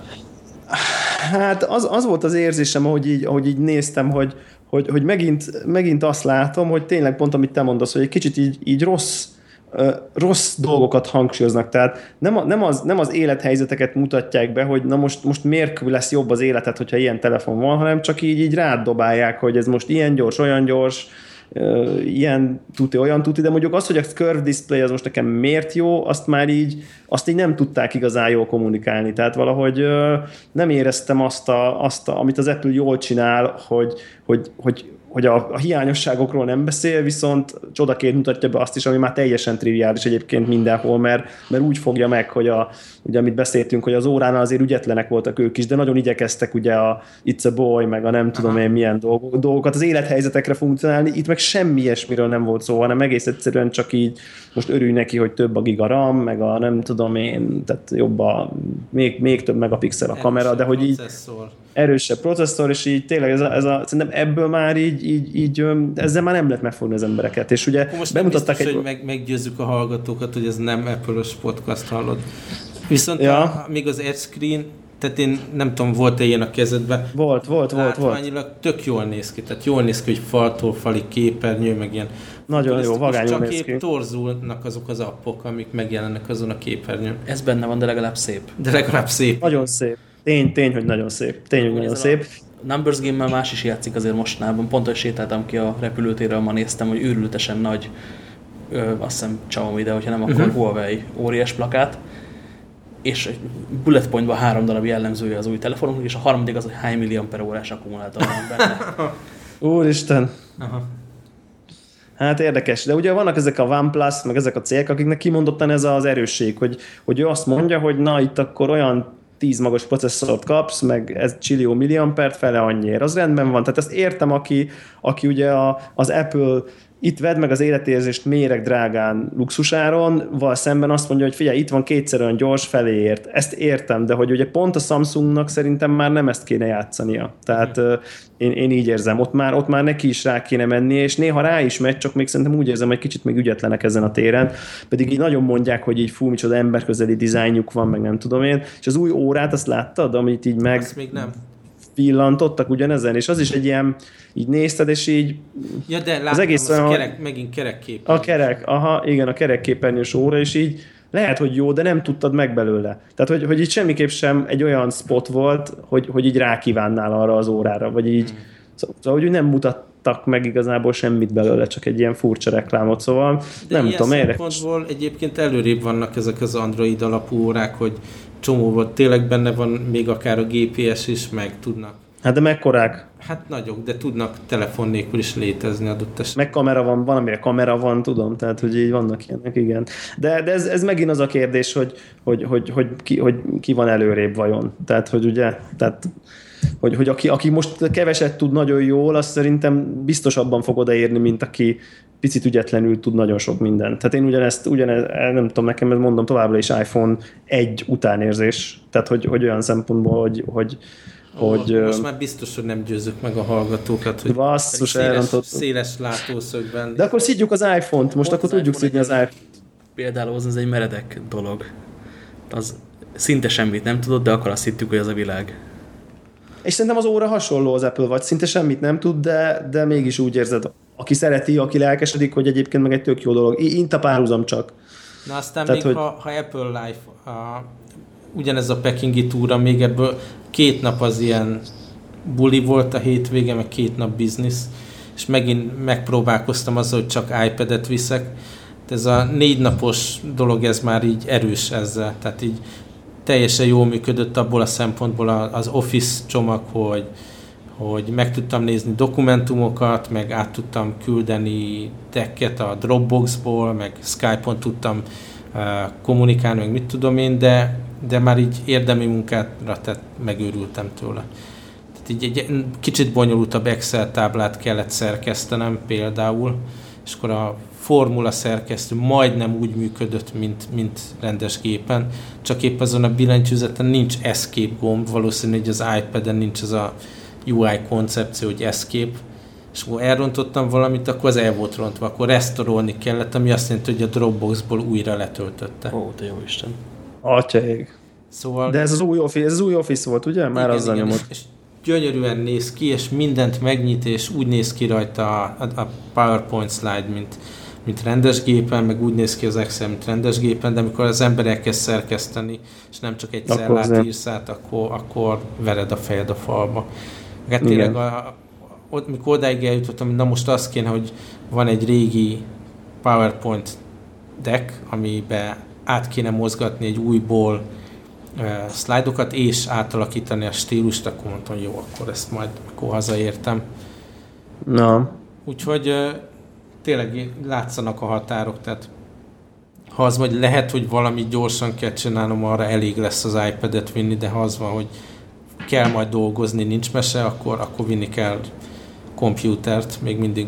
Hát az, az volt az érzésem, ahogy így, ahogy így néztem, hogy, hogy, hogy megint, megint azt látom, hogy tényleg pont amit te mondasz, hogy egy kicsit így, így rossz, rossz dolgokat hangsúlyoznak. Tehát nem, a, nem, az, nem az élethelyzeteket mutatják be, hogy na most, most miért lesz jobb az életed, hogyha ilyen telefon van, hanem csak így, így rád dobálják, hogy ez most ilyen gyors, olyan gyors, ilyen tuti, olyan tuti, de mondjuk az, hogy a curve display az most nekem miért jó, azt már így, azt így nem tudták igazán jól kommunikálni. Tehát valahogy nem éreztem azt, a, azt a, amit az Apple jól csinál, hogy, hogy, hogy hogy a, a hiányosságokról nem beszél, viszont csodaként mutatja be azt is, ami már teljesen triviális egyébként mindenhol, mert, mert úgy fogja meg, hogy a, ugye amit beszéltünk, hogy az óránál azért ügyetlenek voltak ők is, de nagyon igyekeztek ugye a It's a Boy, meg a nem tudom Aha. én milyen dolgok, dolgokat az élethelyzetekre funkcionálni, itt meg semmi ilyesmiről nem volt szó, hanem egész egyszerűen csak így most örülj neki, hogy több a giga RAM, meg a nem tudom én, tehát jobb a, még, még több megapixel a kamera, de hogy így erősebb processzor, és így tényleg ez a, ez a, szerintem ebből már így, így, így ezzel már nem lehet megfogni az embereket. És ugye most bemutatták biztos, egy... hogy meg, meggyőzzük a hallgatókat, hogy ez nem Apple-ös podcast, hallod. Viszont ja. a, még az Edge Screen, tehát én nem tudom, volt-e ilyen a kezedben? Volt, volt, volt, volt. Tök jól néz ki, tehát jól néz ki, hogy faltól falig képernyő, meg ilyen. Nagyon jó, vagányul néz ki. Csak épp torzulnak azok az appok, amik megjelennek azon a képernyőn. Ez benne van, de legalább szép. De legalább szép. Nagyon szép. Tény, tény, hogy nagyon szép. Tény, hogy nagyon szép. Numbers Game-mel más is játszik azért mostanában. Pont, hogy sétáltam ki a repülőtérről, ma néztem, hogy őrültesen nagy, ö, azt hiszem Xiaomi, de hogyha nem, akkor uh-huh. Huawei óriás plakát, és bullet pointban három darab jellemzője az új telefonunknak, és a harmadik az, hogy hány milliampere órás akkumulátor van benne. Úristen! Aha. Hát érdekes, de ugye vannak ezek a OnePlus, meg ezek a cégek, akiknek kimondottan ez az erősség, hogy, hogy ő azt mondja, hogy na itt akkor olyan tíz magas processzort kapsz, meg ez csillió milliampert fele annyiért. Az rendben van. Tehát ezt értem, aki, aki ugye a, az Apple itt vedd meg az életérzést méreg drágán luxusáron, val szemben azt mondja, hogy figyelj, itt van kétszer olyan gyors feléért. Ezt értem, de hogy ugye pont a Samsungnak szerintem már nem ezt kéne játszania. Tehát mm. én, én így érzem. Ott már, ott már neki is rá kéne menni, és néha rá is megy, csak még szerintem úgy érzem, hogy kicsit még ügyetlenek ezen a téren. Pedig így nagyon mondják, hogy így fú, micsoda emberközeli dizájnjuk van, meg nem tudom én. És az új órát, azt láttad, amit így meg... Azt még nem. Villantottak ugyanezen, és az is egy ilyen, így nézted, és így... Ja, de láttam, az egész az olyan, kerek, megint kerekképernyő. A kerek, aha, igen, a kerekképernyős óra, és így lehet, hogy jó, de nem tudtad meg belőle. Tehát, hogy, hogy így semmiképp sem egy olyan spot volt, hogy, hogy így rákívánnál arra az órára, vagy így, hmm. szóval, hogy nem mutattak meg igazából semmit belőle, csak egy ilyen furcsa reklámot, szóval de nem tudom, érdekes. De szempontból egyébként előrébb vannak ezek az Android alapú órák, hogy csomó volt, tényleg benne van még akár a gé pé es is, meg tudnak. Hát de mekkorák? Hát nagyok, de tudnak telefon nélkül is létezni adott esetben. Meg kamera van, van, amire kamera van, tudom, tehát hogy így vannak ilyenek, igen. De, de ez, ez megint az a kérdés, hogy, hogy, hogy, hogy, ki, hogy ki van előrébb vajon. Tehát, hogy ugye, tehát, hogy, hogy aki, aki most keveset tud nagyon jól, azt szerintem biztosabban fog odaérni, mint aki picit ügyetlenül tud nagyon sok mindent. Tehát én ugyanezt, ugyanezt nem tudom, nekem ezt mondom továbbra is iPhone egy utánérzés. Tehát, hogy, hogy olyan szempontból, hogy, hogy Hogy, most már biztos, hogy nem győzzük meg a hallgatókat, hogy basszus, széles, széles látószögben. De akkor szidjuk az iPhone-t, most akkor tudjuk szidni az iPhone-t. Például az egy meredek dolog. Az szinte semmit nem tudod, de akkor azt hittük, hogy az a világ. És szerintem az óra hasonló az Apple, vagy szinte semmit nem tud, de, de mégis úgy érzed, aki szereti, aki lelkesedik, hogy egyébként meg egy tök jó dolog. Int a párhuzam csak. Na aztán Tehát, még hogy... ha, ha Apple Life, a, ugyanez a pekingi túra, még ebből két nap az ilyen buli volt a hétvége, meg két nap biznisz, és megint megpróbálkoztam azzal, hogy csak iPad-et viszek. Ez a négy napos dolog, ez már így erős ezzel, tehát így teljesen jól működött abból a szempontból az Office csomag, hogy, hogy meg tudtam nézni dokumentumokat, meg át tudtam küldeni tekket a Dropboxból, meg Skype-on tudtam uh, kommunikálni, meg mit tudom én, de, de már így érdemi munkára tett, megőrültem tőle. Tehát így egy kicsit bonyolultabb Excel táblát kellett szerkesztenem például, és akkor a formula szerkesztő majdnem úgy működött, mint, mint rendes gépen, csak épp azon a billentyűzeten nincs escape gomb, valószínű, hogy az iPad-en nincs az a u i koncepció, hogy escape, és akkor elrontottam valamit, akkor az el volt rontva, akkor restaurolni kellett, ami azt jelenti, hogy a Dropboxból újra letöltötte. Ó, te jó Isten. Atyaig. Szóval... De ez az új Office, ez az új Office volt, ugye? Már igen, azzal igen, nyomott. És, és gyönyörűen néz ki, és mindent megnyit, és úgy néz ki rajta a, a PowerPoint slide, mint, mint rendes gépen, meg úgy néz ki az Excel, mint rendes gépen, de amikor az ember elkezd szerkeszteni, és nem csak egy cellát írsz át, akkor, akkor vered a fejed a falba. Hát tényleg, a, ott, mikor odáig eljutottam, na most az kéne, hogy van egy régi PowerPoint deck, amiben át kéne mozgatni egy újból uh, szlájdokat, és átalakítani a stílust, akkor mondtam, jó, akkor ezt majd akkor hazaértem. Na. Úgyhogy uh, tényleg látszanak a határok, tehát ha az vagy lehet, hogy valami gyorsan kell csinálnom, arra elég lesz az iPad-et vinni, de ha az van, hogy kell majd dolgozni, nincs mese, akkor, akkor vinni kell kompjútert még mindig.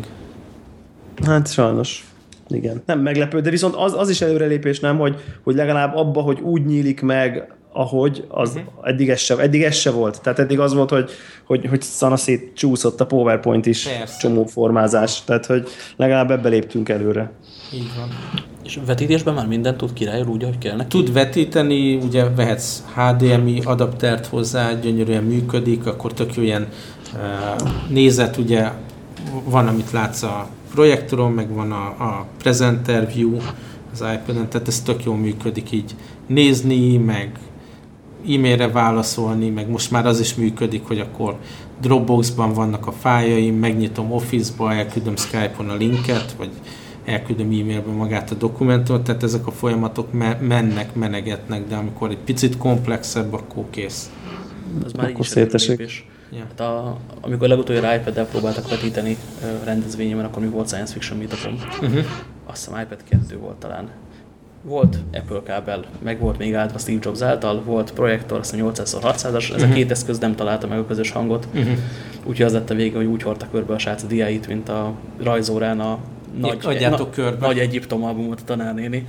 Hát sajnos. Igen. Nem meglepő, de viszont az, az is előrelépés, nem, hogy, hogy legalább abba, hogy úgy nyílik meg, ahogy, az uh-huh. eddig, ez se, eddig ez se volt. Tehát eddig az volt, hogy, hogy, hogy szanaszét csúszott a PowerPoint is, persze. Csomó formázás. Tehát, hogy legalább ebbe léptünk előre. Így van. És vetítésben már mindent tud királyul úgy, ahogy kell neki? Tud vetíteni, ugye vehetsz há dé em i adaptert hozzá, gyönyörűen működik, akkor tök jó ilyen uh, nézet, ugye van, amit látsz a projektoron, meg van a, a presenter view az iPad-en, tehát ez tök jól működik így nézni, meg e-mailre válaszolni, meg most már az is működik, hogy akkor Dropboxban vannak a fájljaim, megnyitom Office-ba, elküldöm Skype-on a linket, vagy elküldöm e-mailben magát a dokumentumot, tehát ezek a folyamatok me- mennek, menegetnek, de amikor egy picit komplexebb, akkor kész. Az már így is lépés. Ja. Hát a, amikor legutoljára iPad-del próbáltak vetíteni uh, rendezvényemen, akkor mi volt Science Fiction Meetupon. Uh-huh. Azt hiszem iPad kettő volt talán. Volt Apple kábel, meg volt még áldva Steve Jobs által, volt projektor, azt hiszem nyolcszáz szor hatszázas, ez uh-huh. a két eszköz nem találta meg a közös hangot. Uh-huh. Úgyhogy az lett a vége, hogy úgy hordta körbe a srác a diáit, mint a rajzórán a nagy, na, nagy Egyiptom albumot a tanárnéni.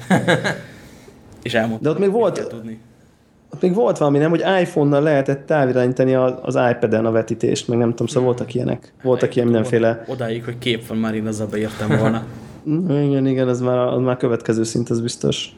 És elmondta, de ott még volt, tudni. Ott még volt valami, nem, hogy iPhone-nal lehetett távirányítani az iPad-en a vetítést, meg nem tudom, szóval voltak ilyenek. Voltak ilyen mindenféle... Odáig, hogy kép van, már én azzal beértem volna. igen, igen, az már, az már következő szint, az biztos.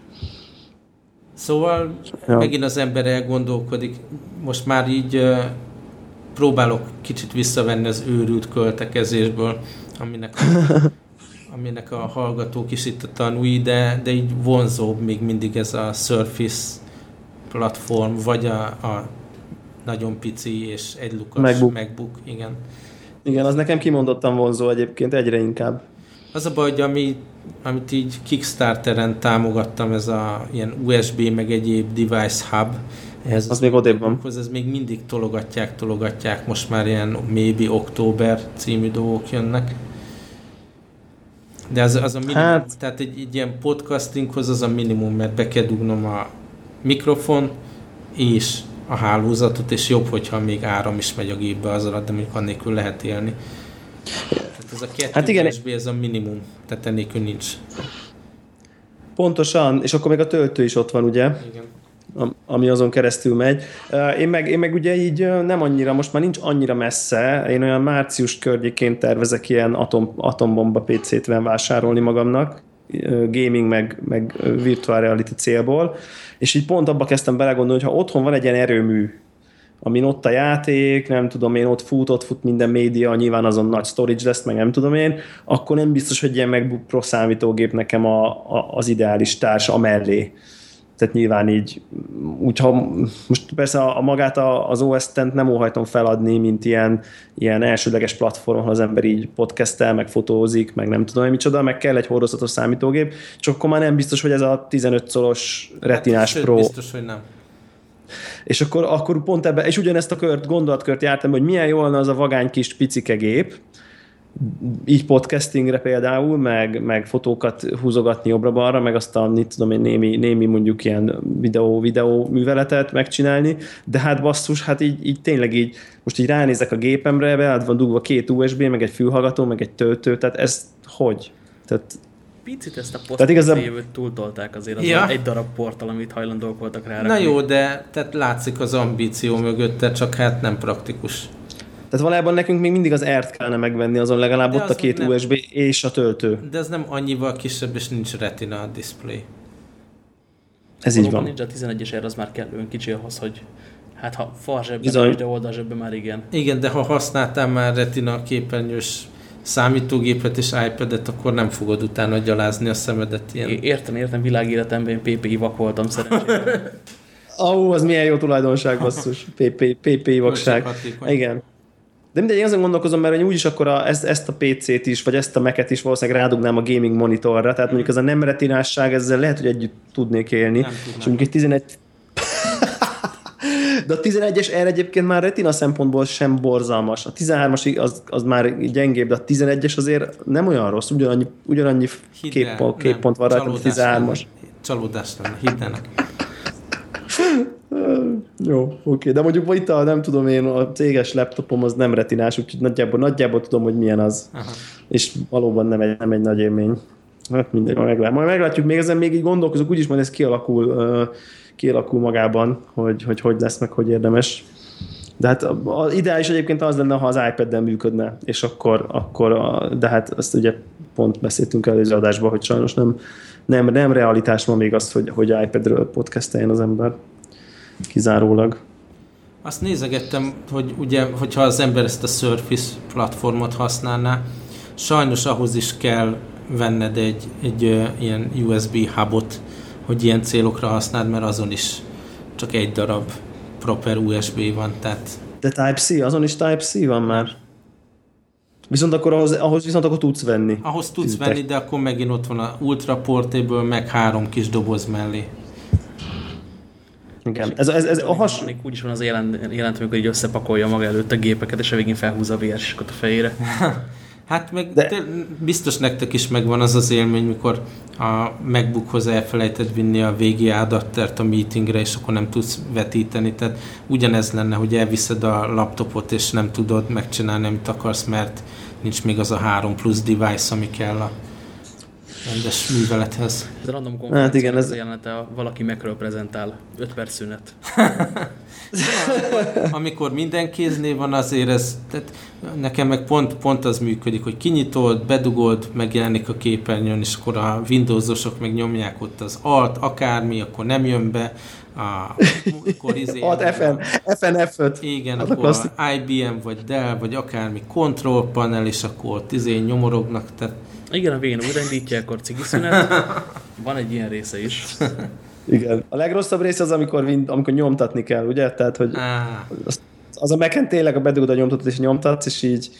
Szóval ja. Megint az ember elgondolkodik, most már így uh, próbálok kicsit visszavenni az őrült költekezésből, aminek a, aminek a hallgatók is itt a tanúi, de, de így vonzóbb még mindig ez a Surface platform, vagy a, a nagyon pici és egy lukas MacBook. MacBook, igen. Igen, az nekem kimondottan vonzó egyébként, egyre inkább. Az a baj, hogy ami, amit így Kickstarteren támogattam, ez a ilyen u es bé, meg egyéb device hub, ehhez az, az még odébb van. Ez még mindig tologatják, tologatják, most már ilyen maybe október című dolgok jönnek. De az, az a minimum, hát... tehát egy, egy ilyen podcastinghoz az a minimum, mert be kell dugnom a mikrofon és a hálózatot, és jobb, hogyha még áram is megy a gépbe az alatt, de mondjuk annélkül lehet élni. Tehát ez a kettő hát igen. u es bé, ez a minimum, tehát ennélkül nincs. Pontosan, és akkor még a töltő is ott van, ugye? Igen. Ami azon keresztül megy. Én meg, én meg ugye így nem annyira, most már nincs annyira messze, én olyan március környékén tervezek ilyen atom, atombomba pé cét vásárolni magamnak, gaming meg, meg virtual reality célból, és így pont abba kezdtem belegondolni, hogy ha otthon van egy ilyen erőmű, amin ott a játék, nem tudom én, ott fut, ott fut minden média, nyilván azon nagy storage lesz, meg nem tudom én, akkor nem biztos, hogy ilyen MacBook Pro számítógép nekem a, a, az ideális társ amellé. Tehát nyilván így, úgyha most persze a, a magát a, az o es X-ent nem óhajtom feladni, mint ilyen, ilyen elsődleges platform, ahol az ember így podcastel, meg fotózik, meg nem tudom, hogy micsoda, meg kell egy hordozatos számítógép, csak akkor már nem biztos, hogy ez a tizenöt szoros retinás hát, Pro. Biztos, hogy nem. És akkor, akkor pont ebben, és ugyanezt a kört, gondolatkört jártam, hogy milyen jó lenne az a vagány kis picike gép, így podcastingre például, meg, meg fotókat húzogatni jobbra-balra, meg azt a, mit tudom én, némi, némi mondjuk ilyen videó-videó műveletet megcsinálni, de hát basszus, hát így, így tényleg így, most így ránézek a gépemre, beállt van dugva két u es bé, meg egy fülhallgató, meg egy töltő, tehát ez hogy? Tehát, picit ezt a Tehát igazán... posztjövőt túltolták azért, az ja. egy darab portal, amit hajlandók voltak rá. Na jó, de tehát látszik az ambíció mögötte, csak hát nem praktikus. Tehát valójában nekünk még mindig az ert kellene megvenni, azon legalább de ott a két nem... u es bé és a töltő. De ez nem annyival kisebb, és nincs retina display. Ez így van. Nincs a tizenegyes R, az már kellően kicsi ahhoz, hogy hát ha fal zsebben, de oldal zsebben már igen. Igen, de ha használtál már retina képernyős számítógépet és iPad-et, akkor nem fogod utána gyalázni a szemedet ilyen. Értem, értem, világéletemben én pé pé i vak voltam szerencsére. Ó, oh, az milyen jó tulajdonság, basszus. pé pé i vakság. Igen. De mindegy, én azon gondolkozom, mert úgyis akkor a, ezt, ezt a pé cét is, vagy ezt a Mac-et is valószínűleg rádugnám a gaming monitorra, tehát mondjuk ez a nem retinásság, ezzel lehet, hogy együtt tudnék élni. Nem és mondjuk egy tizenegy... De a tizenegyes R egyébként már retina szempontból sem borzalmas. A tizenhármas az, az már gyengébb, de a tizenegyes azért nem olyan rossz, ugyanannyi, ugyanannyi kép, képpont van rajta, a tizenhármas. Csalódás lenne, hidd el. Jó, oké, de mondjuk itt a, nem tudom én, a céges laptopom az nem retinás, úgyhogy nagyjából, nagyjából tudom, hogy milyen az. Aha. És valóban nem egy, nem egy nagy élmény. Hát mindegy, majd meglátjuk. Majd meglátjuk, még ezen még így gondolkozok, úgyis majd ez kialakul, uh, kialakul magában, hogy, hogy hogy lesz, meg hogy érdemes. De hát az ideális egyébként az lenne, ha az iPad-del működne, és akkor, akkor a, de hát azt ugye pont beszéltünk előző adásban, hogy sajnos nem, nem, nem realitás van még az, hogy, hogy iPad-ről podcasteljen az ember. Kizárólag. Azt nézegettem, hogy ugye, hogyha az ember ezt a Surface platformot használná, sajnos ahhoz is kell venned egy, egy uh, ilyen u es bé hubot, hogy ilyen célokra használd, mert azon is csak egy darab proper u es bé van, tehát... De Type-C, azon is Type-C van már. Viszont akkor ahhoz, ahhoz viszont akkor tudsz venni. Ahhoz tudsz Fizitek. venni, de akkor megint ott van a Ultra Portable, meg három kis doboz mellé. Igen. Ez, ez, ez a has... Úgy is van az jelent, jelent amikor így összepakolja maga előtt a gépeket, és a végén felhúzza a vé er-sikot a fejére. Hát meg De... biztos nektek is megvan az az élmény, mikor a MacBookhoz elfelejtett vinni a vé gé adattert a meetingre, és akkor nem tudsz vetíteni. Tehát ugyanez lenne, hogy elviszed a laptopot, és nem tudod megcsinálni, amit akarsz, mert nincs még az a három plusz device, ami kell a rendes művelethez. Ez a random konferencia, hát igen, ez... jelenete, a valaki Macről prezentál. öt perc szünet. amikor, amikor minden kéznél van, azért ez, tehát nekem meg pont, pont az működik, hogy kinyitod, bedugod, megjelenik a képernyőn, és akkor a Windowsosok meg nyomják ott az Alt, akármi, akkor nem jön be. A, akkor izé, Alt ef en, ef en ef öt. Igen, az akkor a i bé em vagy Dell, vagy akármi control panel, és akkor ott izé nyomorognak, tehát igen, a végén újraindítja, akkor cigi szünet. Van egy ilyen része is. Igen. A legrosszabb része az, amikor, amikor nyomtatni kell, ugye? Tehát, hogy az, az a Mac-en tényleg a bedugod a nyomtatót és nyomtatsz, és így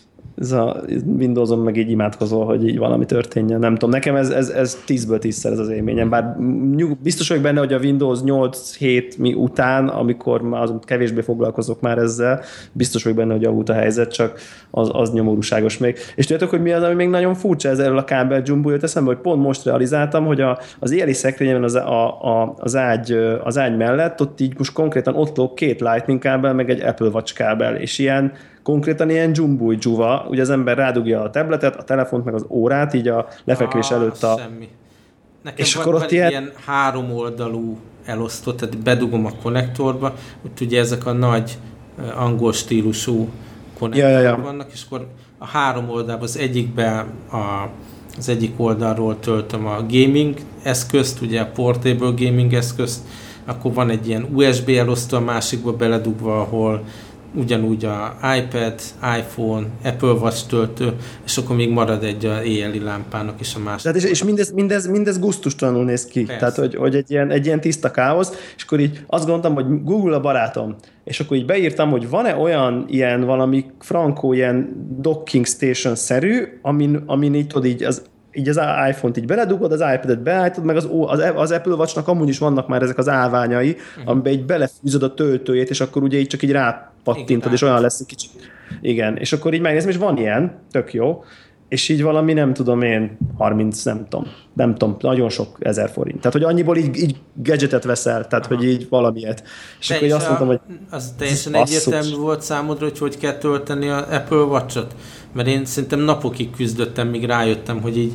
ez a Windowson meg így imádkozol, hogy így valami történjen. Nem tudom, nekem ez, ez, ez tízből tízszer ez az élményem. Bár biztos vagyok benne, hogy a Windows nyolc hét mi után, amikor már azon kevésbé foglalkozok már ezzel, biztos vagyok benne, hogy javult a helyzet, csak az, az nyomorúságos még. És tudjátok, hogy mi az, ami még nagyon furcsa ez erről a kábel jumbo jött eszembe, hogy pont most realizáltam, hogy a, az éjjeli szekrényemben az, a, a, az, ágy, az ágy mellett ott így most konkrétan ott lóg két Lightning kábel, meg egy Apple Watch kábel, és ilyen konkrétan ilyen dzsumbúj dzsuva, ugye az ember rádugja a tabletet, a telefont, meg az órát, így a lefekvés ah, előtt a... Semmi. Nekem és van, akkor ott van ilyen... ilyen három oldalú elosztott, tehát bedugom a konnektorba, ott ugye ezek a nagy uh, angol stílusú konnektorok ja, ja, ja. vannak, és akkor a három oldalban az egyikben a, az egyik oldalról töltöm a gaming eszközt, ugye a portable gaming eszközt, akkor van egy ilyen u es bé elosztó a másikba beledugva, ahol ugyanúgy a iPad, iPhone, Apple Watch töltő, és akkor még marad egy a éjjeli lámpának is a másik. Tehát és, és mindez, mindez, mindez gusztustalanul néz ki. Persze. Tehát, hogy, hogy egy, ilyen, egy ilyen tiszta káosz, és akkor így azt gondoltam, hogy Google a barátom, és akkor így beírtam, hogy van-e olyan ilyen valami frankó, ilyen docking station-szerű, amin, amin így tudod így az így az iPhone-t így beledugod, az iPad-et beállítod, meg az, az, az Apple Watch-nak amúgy is vannak már ezek az állványai, uh-huh. amiben így belefűzöd a töltőjét, és akkor ugye így csak így rápattintod, és olyan lesz egy kicsit. Igen, és akkor így megnézem, és van ilyen, tök jó, és így valami nem tudom én, harminc, nem tudom, nem tudom, nagyon sok ezer forint. Tehát, hogy annyiból így, így gadgetet veszel, tehát, aha. hogy így valamilyet. És akkor így azt mondtam, hogy az teljesen egyértelmű volt számodra, hogy hogy kell tölteni az Apple Watch-ot? Mert én szerintem napokig küzdöttem, míg rájöttem, hogy így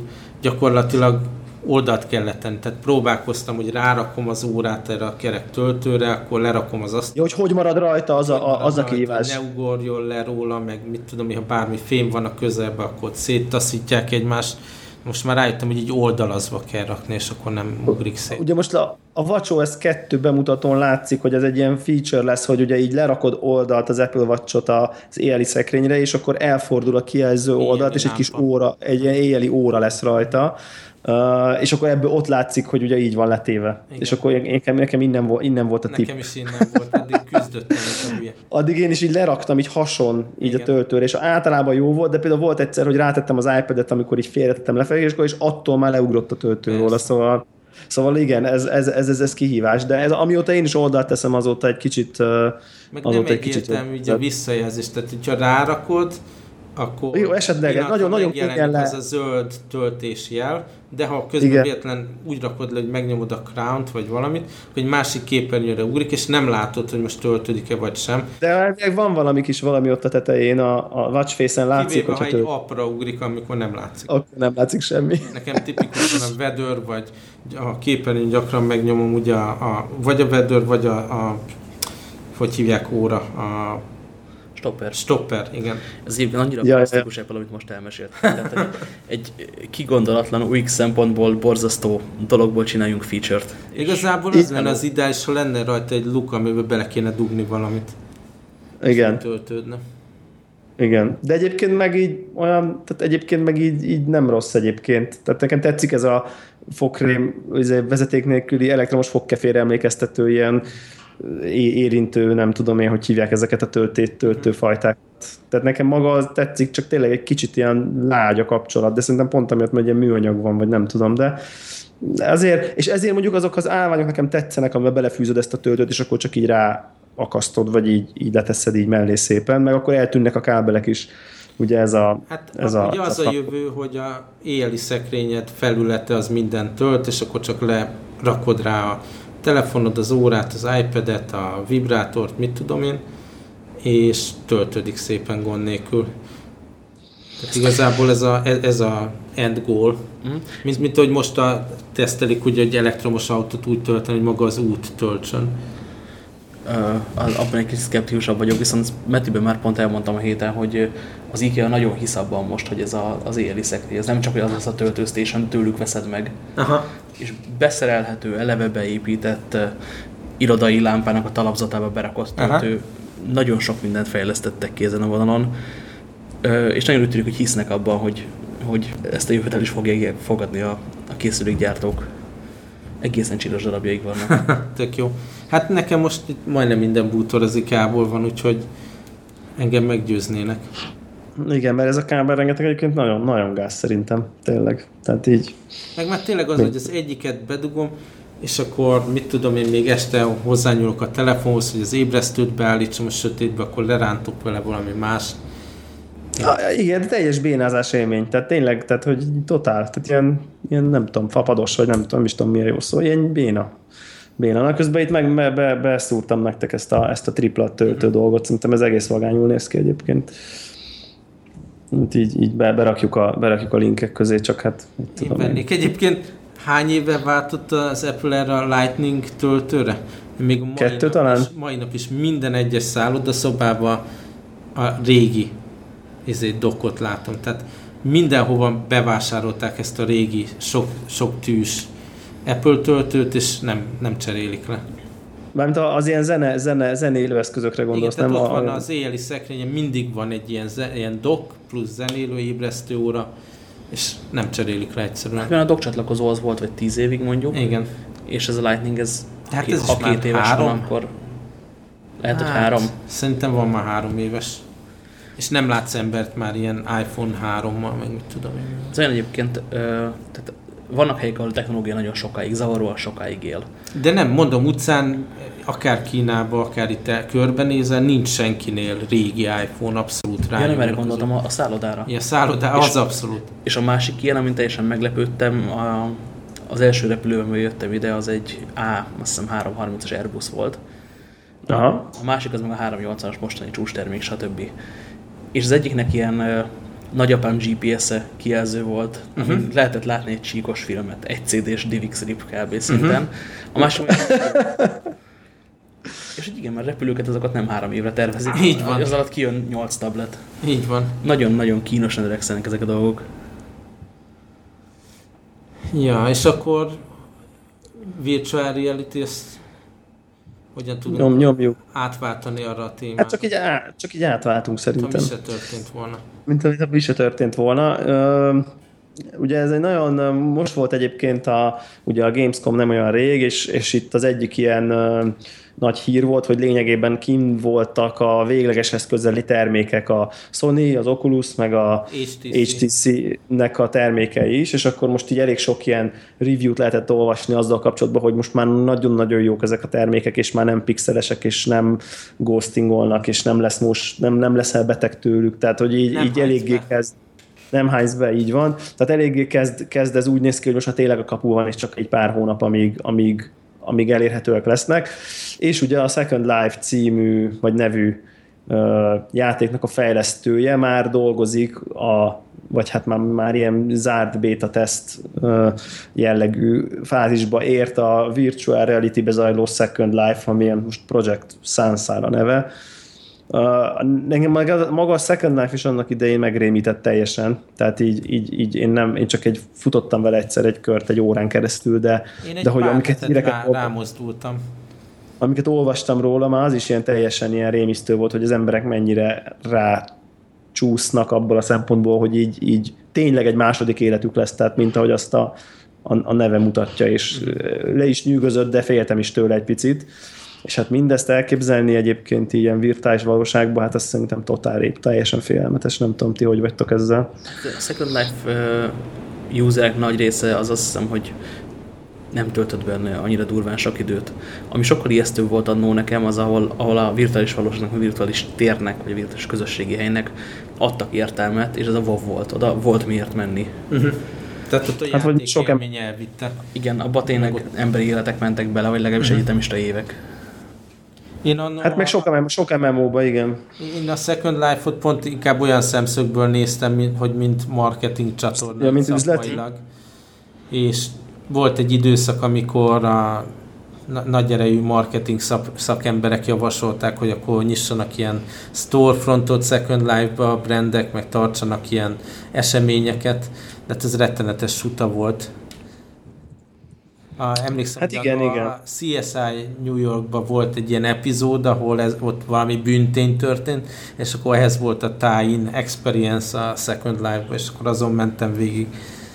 gyakorlatilag oldalt kellett tenni. Tehát próbálkoztam, hogy rárakom az órát erre a kerek töltőre, akkor lerakom az asztalt. Ja, hogy hogy marad rajta az a, a, az a kihívás. Ne ugorjon le róla, meg mit tudom, ha bármi fém van a közelben, akkor széttaszítják egymást. Most már rájöttem, hogy így oldalazva kell rakni, és akkor nem ugrik szét. Ugye most a, a watchOS kettő bemutatón látszik, hogy ez egy ilyen feature lesz, hogy ugye így lerakod oldalt az Apple Watch-ot az éjjeli szekrényre, és akkor elfordul a kijelző oldalt, és egy kis óra, egy ilyen éjjeli óra lesz rajta. Uh, és akkor ebből ott látszik, hogy ugye így van letéve. Igen. És akkor nekem, nekem innen, volt, innen volt a tipp. Nekem is innen volt, addig küzdöttem, hogy a hülye. Addig én is így leraktam, így hason, így igen. A töltőre, és általában jó volt, de például volt egyszer, hogy rátettem az iPad-et, amikor így félretettem lefelé, és attól már leugrott a töltő róla, szóval, szóval igen, ez, ez, ez, ez, ez kihívás, de ez, amióta én is oldalt teszem, azóta egy kicsit... Meg nem egyértelmű így a visszajelzés, tehát hogyha rárakod, akkor jó, esetleg nagyon, nagyon megjelenik le. Az a zöld töltésjel, de ha közben véletlen úgy rakod le, hogy megnyomod a Crown-t, vagy valamit, hogy másik képernyőre ugrik, és nem látod, hogy most töltődik-e, vagy sem. De van valami kis valami ott a tetején, a, a Watch Face-en látszik, kivéve, ha egy tölt... appra ugrik, amikor nem látszik. Akkor nem látszik semmi. Nekem tipikusan a weather, vagy a képernyőn gyakran megnyomom ugye a, a, vagy a weather, vagy a, a hogy hívják óra, a Stopper. Stopper, igen. Ez így annyira ja, plastikus Apple, amit most elmesélt. Tehát egy, egy kigondolatlan u iksz szempontból borzasztó dologból csináljunk feature-t. Igazából az lenne az ideális, ha lenne rajta egy luk, amiben bele kéne dugni valamit. Igen. Töltődne. Igen. De egyébként meg így olyan, tehát egyébként meg így, így nem rossz egyébként. Tehát nekem tetszik ez a fogkrém vezeték nélküli elektromos fogkefére emlékeztető ilyen érintő, nem tudom én, hogy hívják ezeket a töltét, töltőfajták. Tehát nekem maga az tetszik, csak tényleg egy kicsit ilyen lágy a kapcsolat, de szerintem pont amiatt, mert ilyen műanyag van, vagy nem tudom, de azért, és ezért mondjuk azok az állványok nekem tetszenek, amiben belefűzöd ezt a töltőt, és akkor csak így ráakasztod, vagy így, így leteszed így mellé szépen, meg akkor eltűnnek a kábelek is. Ugye ez a... Hát ez a, ugye a, az a, a jövő, hogy a éjjeli szekrényed felülete az minden tölt, és akkor csak lerakod rá a telefonod, az órát, az iPad-et, a vibrátort, mit tudom én, és töltődik szépen gond nélkül. Tehát igazából ez a, ez a end goal. Mm. Mint, mint hogy most a, tesztelik, ugye, hogy elektromos autót úgy tölteni, hogy maga az út töltsön. Uh, abban egy kicsit szkeptikusabb vagyok, viszont Metiben már pont elmondtam a héten, hogy az IKEA nagyon hisz abban most, hogy ez a, az éjjeli szekrény, ez nem csak, hogy az az a töltőstation, tőlük veszed meg. Aha. És beszerelhető, eleve beépített uh, irodai lámpának a talapzatába berakott töltő. Aha. Nagyon sok mindent fejlesztettek ki ezen a vonalon, uh, és nagyon úgy tűnik, hogy hisznek abban, hogy, hogy ezt a jövőt el is fogják fogadni a, a készülékgyártók. Egészen csinos darabjaik vannak. Tök jó. Hát nekem most itt majdnem minden bútor az IKEA-ból van, úgyhogy engem meggyőznének. Igen, mert ez a kábel rengeteg egyébként nagyon, nagyon gáz szerintem, tényleg. Tehát így... Meg már tényleg az, hogy az egyiket bedugom, és akkor mit tudom én, még este hozzányúlok a telefonhoz, hogy az ébresztőt beállítsam a sötétbe, akkor lerántok vele valami más. Ja. Igen, teljes bénázás élmény, tehát tényleg, tehát hogy totál, tehát ilyen, ilyen nem tudom, fapados, vagy nem tudom, nem is tudom milyen jó szó, ilyen béna. Béna. Na, közben itt meg be, be, beszúrtam nektek ezt a, ezt a tripla töltő mm-hmm. dolgot, szerintem ez egész vagányul néz ki egyébként. Így, így be, berakjuk, a, berakjuk a linkek közé, csak hát... Én vennék. Egyébként hány éve váltott az Apple erre a Lightning töltőre? Még a mai Kettő nap talán? Is, mai nap is minden egyes szállodaszobában a régi ezért dokkot látom. Tehát mindenhova bevásárolták ezt a régi, sok, sok tűs Apple töltőt, és nem, nem cserélik le. Mármint az ilyen zene, zene, zenélő eszközökre gondolsz, igen, nem? Igen, ott a, van az éjjeli szekrényen, mindig van egy ilyen, ilyen dock plusz zenélő ébresztő óra, és nem cserélik le egyszerűen. Hát, a dock csatlakozó az volt, vagy tíz évig mondjuk. Igen. És ez a Lightning, ez, hát két, ez ha két éves három? van, akkor lehet, hát, hogy három. Szerintem van már három éves. És nem látsz embert már ilyen iPhone hárommal, meg mit tudom én. Ez olyan egyébként, ö, tehát vannak helyek, ahol a technológia nagyon sokáig, zavaróan sokáig él. De nem, mondom, utcán, akár Kínában, akár itt körbenézel, nincs senkinél régi iPhone, abszolút rá. Ja, nem erre gondoltam, a, a szállodára. Ja, a szállodára, az abszolút. És a másik ilyen, amint teljesen meglepődtem, a, az első repülőben jöttem ide, az egy A, azt hiszem háromszázharmincas Airbus volt. Aha. A másik az meg a háromszáznyolcvanas mostani csúcstermék, stb. És az egyiknek ilyen nagyapám gé pé es-e kijelző volt, uh-huh. amin lehetett látni egy csíkos filmet, egy cé dés DivX rip kb. Szinten. Uh-huh. A másik és igen, mert repülőket azokat nem három évre tervezik. Így van. Az alatt kijön nyolc tablet. Így van. Nagyon-nagyon kínosan öregszenek ezek a dolgok. Ja, és akkor virtual reality, ezt hogyan tudunk Nyom, nyomjuk. átváltani arra a témára? Hát csak így, á, csak így átváltunk szerintem. Mint ha mi se történt volna. Mint ha mi se történt volna. Ö, ugye ez egy nagyon, most volt egyébként a, ugye a Gamescom nem olyan rég, és, és itt az egyik ilyen ö, nagy hír volt, hogy lényegében kint voltak a véglegeshez közeli termékek, a Sony, az Oculus, meg a há té cé-nek a termékei is, és akkor most így elég sok ilyen review-t lehetett olvasni azzal kapcsolatban, hogy most már nagyon-nagyon jók ezek a termékek, és már nem pixelesek, és nem ghostingolnak, és nem lesz most, nem, nem leszel beteg tőlük, tehát hogy így, így eléggé kezd, nem hánysz be, így van. Tehát eléggé kezd, kezd ez úgy néz ki, hogy most ha tényleg a kapu van, és csak egy pár hónap, amíg, amíg amíg elérhetőek lesznek, és ugye a Second Life című, vagy nevű uh, játéknak a fejlesztője már dolgozik, a, vagy hát már, már ilyen zárt beta teszt uh, jellegű fázisba ért a Virtual Reality-be zajló Second Life, amilyen most Project Sans-a neve. Uh, engem maga a Second Life is annak idején megrémített teljesen, tehát így, így, így én, nem, én csak egy futottam vele egyszer egy kört egy órán keresztül, de, én egy de hogy amiket rá, rámozdultam. Amiket olvastam róla, már az is ilyen teljesen ilyen rémisztő volt, hogy az emberek mennyire rá csúsznak abból a szempontból, hogy így, így tényleg egy második életük lesz, tehát mint ahogy azt a, a, a neve mutatja, és le is nyűgözött, de féltem is tőle egy picit. És hát mindezt elképzelni egyébként ilyen virtuális valóságban, hát azt szerintem totál rép, teljesen félelmetes, nem tudom, ti hogy vagytok ezzel. A Second Life uh, userek nagy része az azt hiszem, hogy nem töltött benne annyira durván sok időt. Ami sokkal ijesztőbb volt annó nekem, az ahol, ahol a virtuális valóságnak, a virtuális térnek, vagy a virtuális közösségi helynek adtak értelmet, és ez a WoW volt, oda volt miért menni. Uh-huh. Tehát ott a hát, játék sok élmény elvitte. Igen, abba tényleg ott... emberi életek mentek bele, vagy legalábbis uh-huh. egyetemista évek. Én anno, hát meg sok, sok em em ó-ba, igen. Én a Second Life-ot pont inkább olyan szemszögből néztem, mint, hogy mint marketing csatorna. Ja, mint üzleti. És volt egy időszak, amikor a nagy erejű marketing szak, szakemberek javasolták, hogy akkor nyissanak ilyen storefrontot Second Life-ba a brandek, meg tartsanak ilyen eseményeket, de ez rettenetes suta volt. A, emlékszem, hát igen, a, igen. a cé es i New Yorkban volt egy ilyen epizód, ahol ez, ott valami bűntény történt, és akkor ehhez volt a tie-in experience a Second Life-ba, és akkor azon mentem végig.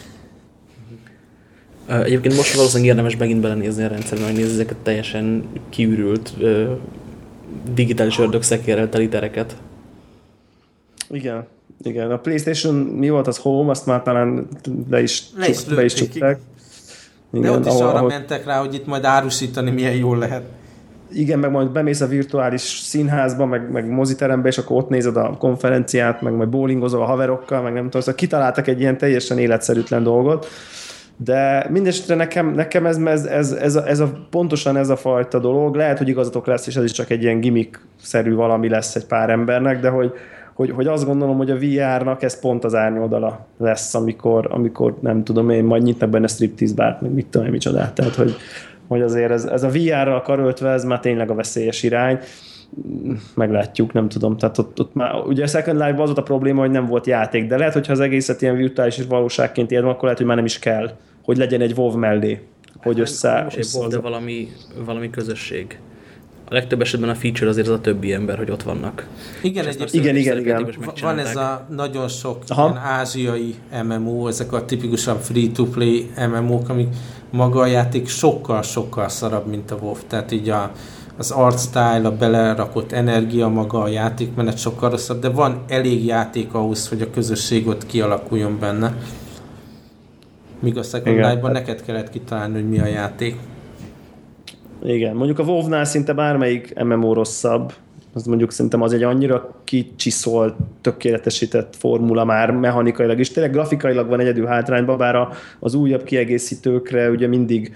Egyébként most valószínűleg érdemes megint belenézni a rendszerben, megnézni ezeket teljesen kiürült digitális ördögszekérrel teli tereket. Igen, igen. A PlayStation mi volt az Home, azt már talán be is, Le is, csuk, be is csukták. Igen, de ott is ahol, arra ahol... mentek rá, hogy itt majd árusítani milyen jól lehet. Igen, meg majd bemész a virtuális színházba, meg, meg moziterembe, és akkor ott nézed a konferenciát, meg majd bowlingozol a haverokkal, meg nem tudom, szóval kitaláltak egy ilyen teljesen életszerűtlen dolgot. De mindesetre nekem, nekem ez, ez, ez, ez, a, ez a, pontosan ez a fajta dolog, lehet, hogy igazatok lesz, és ez is csak egy ilyen gimmick-szerű valami lesz egy pár embernek, de hogy, hogy, hogy azt gondolom, hogy a vé er-nak ez pont az árnyoldala lesz, amikor, amikor nem tudom én, majd nyitnak benne striptease bárt, meg mit tudom én, micsodát. Tehát, hogy, hogy azért ez, ez a vé er-ral karöltve, ez már tényleg a veszélyes irány. Meglátjuk, nem tudom. Tehát ott, ott már, ugye a Second Life-ban az volt a probléma, hogy nem volt játék, de lehet, hogyha az egészet ilyen virtuális és valóságként élve, akkor lehet, hogy már nem is kell, hogy legyen egy WoW mellé, hogy össze... Most egy WoW, de valami, valami közösség. A legtöbb esetben a feature azért az a többi ember, hogy ott vannak. Igen, egy igen, igen, igen. Van ez a nagyon sok ilyen ázsiai em em o, ezek a tipikusan free-to-play em em o-k, amik maga a játék sokkal-sokkal szarabb, mint a WoW. Tehát így a az art style, a belerakott energia, maga a játékmenet sokkal rosszabb, de van elég játék ahhoz, hogy a közösség ott kialakuljon benne. Míg a Second Life-ban neked kellett kitalálni, hogy mi a játék. Igen, mondjuk a WoW-nál szinte bármelyik em em o rosszabb, az mondjuk szerintem az egy annyira kicsiszolt, tökéletesített formula már mechanikailag, és tényleg grafikailag van egyedül hátrányban, bár az újabb kiegészítőkre ugye mindig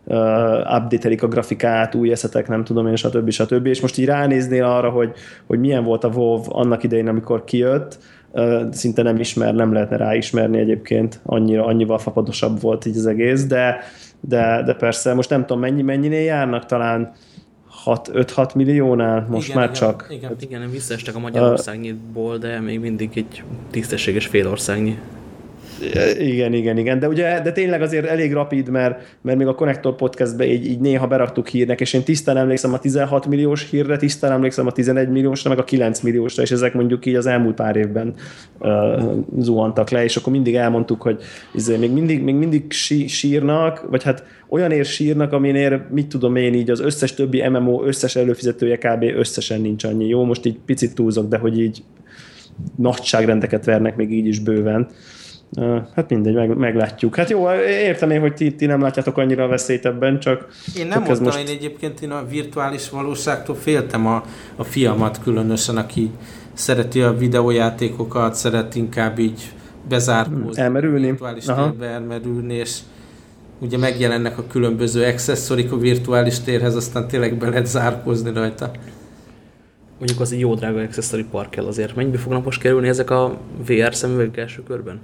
update-elik a grafikát, új eszetek, nem tudom én, stb. stb. És most így ránéznél arra, hogy, hogy milyen volt a WoW annak idején, amikor kijött, szinte nem ismer, nem lehetne ráismerni egyébként, annyira, annyival fapadosabb volt így az egész, de, de, de persze most nem tudom mennyi, mennyinél járnak, talán öt-hat milliónál, most igen, már igen, csak. Igen, hát, igen, visszaestek a Magyarországnyitból, de még mindig egy tisztességes félországnyi. Igen, igen, igen, de ugye, de tényleg azért elég rapid, mert, mert még a Connector Podcastbe így, így néha beraktuk hírnek, és én tisztán emlékszem a tizenhat milliós hírre, tisztán emlékszem a tizenegy milliósra, meg a kilenc milliósra, és ezek mondjuk így az elmúlt pár évben uh, zuhantak le, és akkor mindig elmondtuk, hogy izé, még mindig, még mindig sí, sírnak, vagy hát olyanért sírnak, aminél, mit tudom én így, az összes többi em em o összes előfizetője kb. Összesen nincs annyi. Jó, most így picit túlzok, de hogy így nagyságrendeket vernek még így is bőven. Hát mindegy, meg, meglátjuk. Hát jó, értem én, hogy ti, ti nem látjátok annyira a veszélyt ebben, csak... Én nem mondtam, most... én egyébként én a virtuális valóságtól féltem a, a fiamat különösen, aki szereti a videójátékokat, szeret inkább így bezárkózni. Elmerülni. Virtuális térbe elmerülni, és ugye megjelennek a különböző accessorik a virtuális térhez, aztán tényleg be lehet zárkózni rajta. Mondjuk az egy jó drága accessory park kell azért. Mennyibe fognak most kerülni ezek a vé er szemüvegek első körben?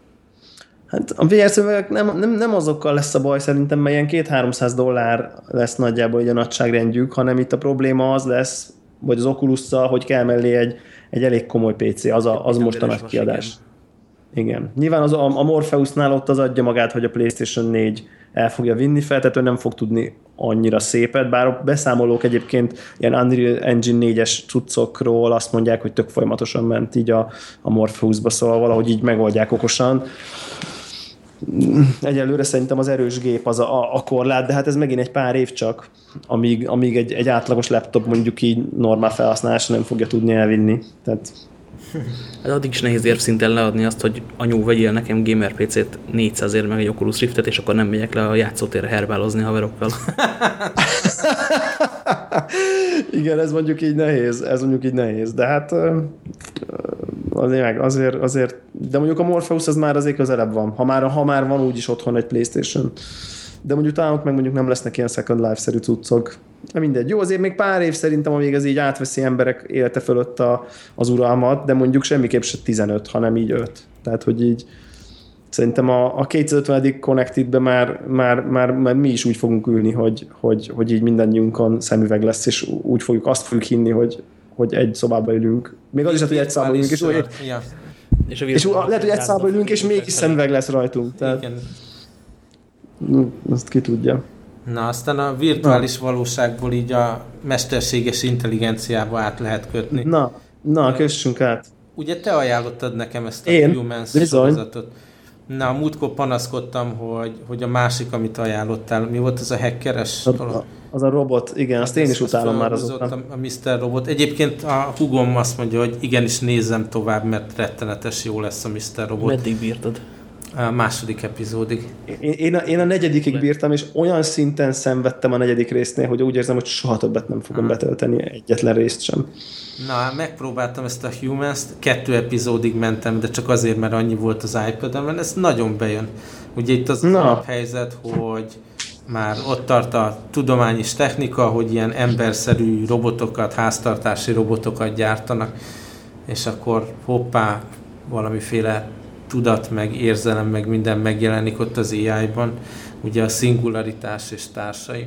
Hát a vé er szemüvegek nem, nem, nem azokkal lesz a baj szerintem, mert ilyen két-háromszáz dollár lesz nagyjából egy a nagyságrendjük, hanem itt a probléma az lesz, vagy az Oculusszal, hogy kell mellé egy, egy elég komoly pé cé, az, a, az most a nagy kiadás. Igen. igen. Nyilván az, a, a Morpheusnál ott az adja magát, hogy a PlayStation négy el fogja vinni, feltétlenül nem fog tudni annyira szépet, bár a beszámolók egyébként ilyen Unreal Engine négyes cuccokról azt mondják, hogy tök folyamatosan ment így a, a Morpheusba, szóval valahogy így megoldják okosan. Egyelőre szerintem az erős gép az a, a, a korlát, de hát ez megint egy pár év csak, amíg, amíg egy, egy átlagos laptop mondjuk így normál felhasználásra nem fogja tudni elvinni. Tehát... Hát addig is nehéz érvszinten leadni azt, hogy anyu, vegyél nekem gamer pé cét négyszázért meg egy Oculus Riftet, és akkor nem megyek le a játszótérre herbálozni haverokkal. Igen, ez mondjuk így nehéz, ez mondjuk így nehéz, de hát azért, azért, azért de mondjuk a Morpheus az már azért közelebb van, ha már, ha már van úgyis otthon egy PlayStation. De mondjuk talán meg mondjuk nem lesznek ilyen Second Life-szerű cuccok. Mindegy. Jó, azért még pár év szerintem, amíg ez így átveszi emberek élete fölött a, az uralmat, de mondjuk semmiképp se tizenöt, hanem így öt. Tehát, hogy így szerintem a, a kétszázötvenedik Connected-ben már, már, már, már mi is úgy fogunk ülni, hogy, hogy, hogy így mindannyiunkon szemüveg lesz, és úgy fogjuk, azt fogjuk hinni, hogy, hogy egy szobába ülünk. Még az is lehet, hogy egy szobába ülünk, és, úgy, ja. és, és lehet, hogy egy szobába ülünk, és mégis szemüveg lesz rajtunk. Tehát, igen. Azt ki tudja. Na, aztán a virtuális na. valóságból így a mesterséges intelligenciába át lehet kötni. Na, na kössünk át. Ugye te ajánlottad nekem ezt a Én? Humans Bizony. sorozatot. Na, múltkor panaszkodtam, hogy, hogy a másik, amit ajánlottál, mi volt az a hackeres? A, a, az a robot, igen, azt én is utálom már azóta. A, a miszter Robot. Egyébként a hugom azt mondja, hogy igenis nézzem tovább, mert rettenetes jó lesz a miszter Robot. Meddig bírtad? A második epizódig. Én, én, a, én a negyedikig bírtam, és olyan szinten szenvedtem a negyedik résznél, hogy úgy érzem, hogy soha többet nem fogom hmm. betölteni egyetlen részt sem. Na, megpróbáltam ezt a Humans-t, kettő epizódig mentem, de csak azért, mert annyi volt az iPad-en, ez nagyon bejön. Ugye itt az helyzet, hogy már ott tart a tudományos technika, hogy ilyen emberszerű robotokat, háztartási robotokat gyártanak, és akkor hoppá, valamiféle tudat, meg érzelem, meg minden megjelenik ott az á í-ban, ugye a szingularitás és társai.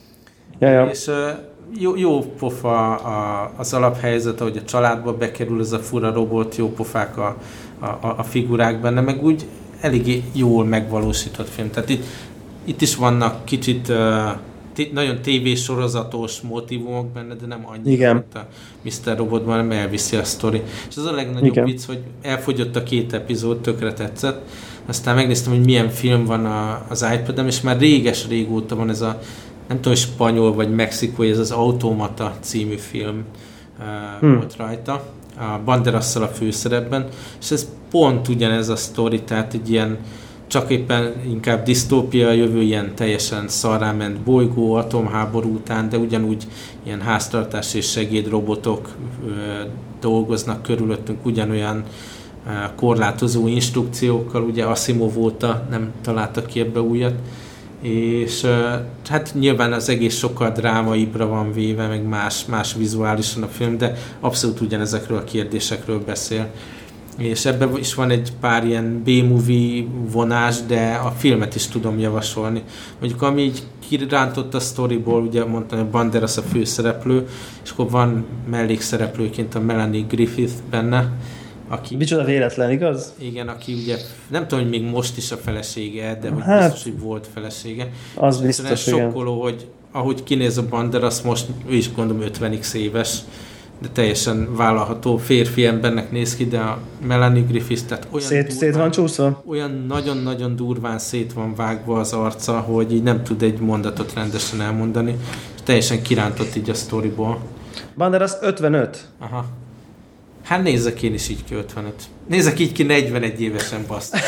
Ja, ja. És uh, jó, jó pofa a, az alaphelyzet, ahogy a családba bekerül ez a fura robot, jó pofák a, a, a figurák benne, meg úgy eléggé jól megvalósított film. Tehát itt, itt is vannak kicsit uh, t- nagyon tévésorozatos motívumok benne, de nem annyira, igen. mint a miszter Robotban, nem elviszi a sztori. És az a legnagyobb igen. vicc, hogy elfogyott a két epizód, tökre tetszett. Aztán megnéztem, hogy milyen film van a, az iPad-em, és már réges-régóta van ez a, nem tudom, spanyol vagy mexikói, ez az Automata című film uh, hmm. volt rajta, a Banderasszal a főszerepben, és ez pont ugyanez a sztori, tehát egy ilyen csak éppen inkább disztópia jövő, ilyen teljesen szarrá ment bolygó, atomháború után, de ugyanúgy ilyen háztartás és segédrobotok ö, dolgoznak körülöttünk, ugyanolyan ö, korlátozó instrukciókkal, ugye Asimov óta nem találtak ki ebbe újat, és hát nyilván az egész sokkal drámaibbra van véve, meg más, más vizuálisan a film, de abszolút ugyanezekről a kérdésekről beszél. És ebben is van egy pár ilyen B-movie vonás, de a filmet is tudom javasolni. Mondjuk ami így kirántott a sztoriból, ugye mondtam, hogy Banderas a főszereplő, és akkor van mellékszereplőként a Melanie Griffith benne, aki... Micsoda véletlen, igaz? Igen, aki ugye, nem tudom, hogy még most is a felesége, de hogy hát, biztos, hogy volt felesége. Az biztos, igen. Sokkoló, hogy ahogy kinéz a Banderas, most ő is gondolom ötven éves, de teljesen vállalható férfi embernek néz ki, de a Melanie Griffith, tehát olyan, szét, durván, szét van csúszva? Olyan nagyon-nagyon durván szét van vágva az arca, hogy így nem tud egy mondatot rendesen elmondani, és teljesen kirántott így a sztoriból. Banderas ötvenöt. Aha. Hát nézzek én is így ki ötvenöt. Nézzek így ki negyvenegy évesen, baszt.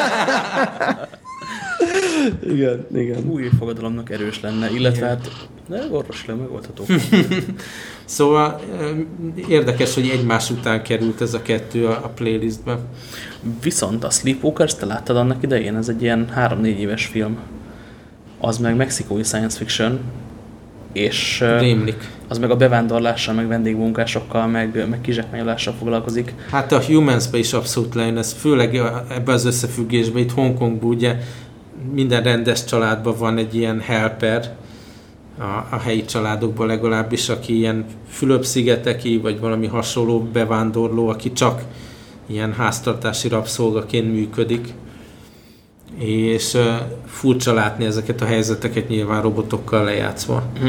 igen, igen. Új fogadalomnak erős lenne, illetve hát ne, orvosilag megoldható. Szóval érdekes, hogy egymás után került ez a kettő a playlistbe. Viszont a Sleepwalkers, te láttad annak idején? Ez egy ilyen három-négy éves film. Az meg mexikói science fiction, és rémlik. Az meg a bevándorlással, meg vendégmunkásokkal, meg, meg kizsákmányolással foglalkozik. Hát a Humans-be is abszolút lejön, ez főleg ebben az összefüggésben, itt Hongkongban ugye minden rendes családban van egy ilyen helper, a, a helyi családokban legalábbis, aki ilyen Fülöp-szigeteki, vagy valami hasonló bevándorló, aki csak ilyen háztartási rabszolgaként működik. És uh, furcsa látni ezeket a helyzeteket nyilván robotokkal lejátszva. Uh-huh.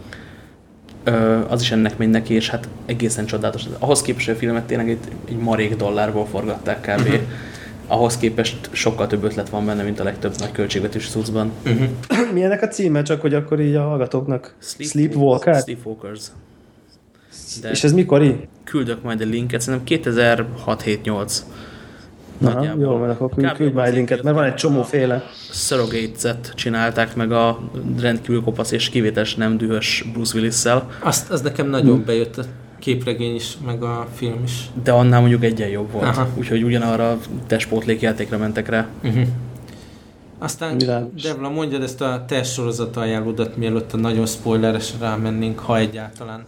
Ö, az is ennek megy neki, és hát egészen csodálatos. Ahhoz képest, hogy a filmet tényleg egy, egy marék dollárból forgatták kb. Uh-huh. Ahhoz képest sokkal több ötlet van benne, mint a legtöbb nagy költségvetésű cuccban. Uh-huh. Mi ennek a címe? Csak hogy akkor így a hallgatóknak Sleep, Sleepwalker? Sleepwalkers. De és ez mikori? Küldök majd a linket, szerintem kétezer-hat hét nyolc. Aha, jó, mert akkor küld, küld már egy linket, mert van egy csomóféle. Surrogates-et csinálták meg a rendkívül kopasz és kivételes nem dühös Bruce Willis-szel. Azt, az nekem nagyon hmm. bejött a képregény is, meg a film is. De annál mondjuk egyen jobb volt. Úgyhogy ugyanarra a testpótlék játékra mentek rá. Uh-huh. Aztán, Devla, mondjad ezt a test sorozat ajánlódat, mielőtt a nagyon spoileres rámennénk, ha egyáltalán.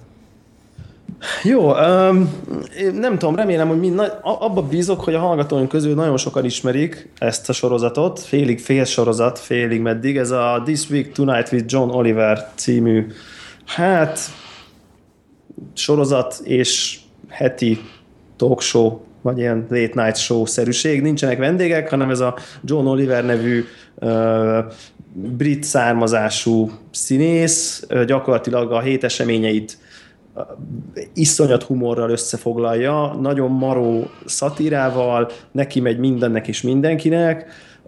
Jó, um, nem tudom, remélem, hogy mind, abba bízok, hogy a hallgatóink közül nagyon sokan ismerik ezt a sorozatot, félig fél sorozat, félig meddig, ez a This Week Tonight with John Oliver című, hát sorozat és heti talk show, vagy ilyen late night show-szerűség, nincsenek vendégek, hanem ez a John Oliver nevű uh, brit származású színész, uh, gyakorlatilag a hét eseményeit iszonyat humorral összefoglalja, nagyon maró szatírával, neki megy mindennek és mindenkinek,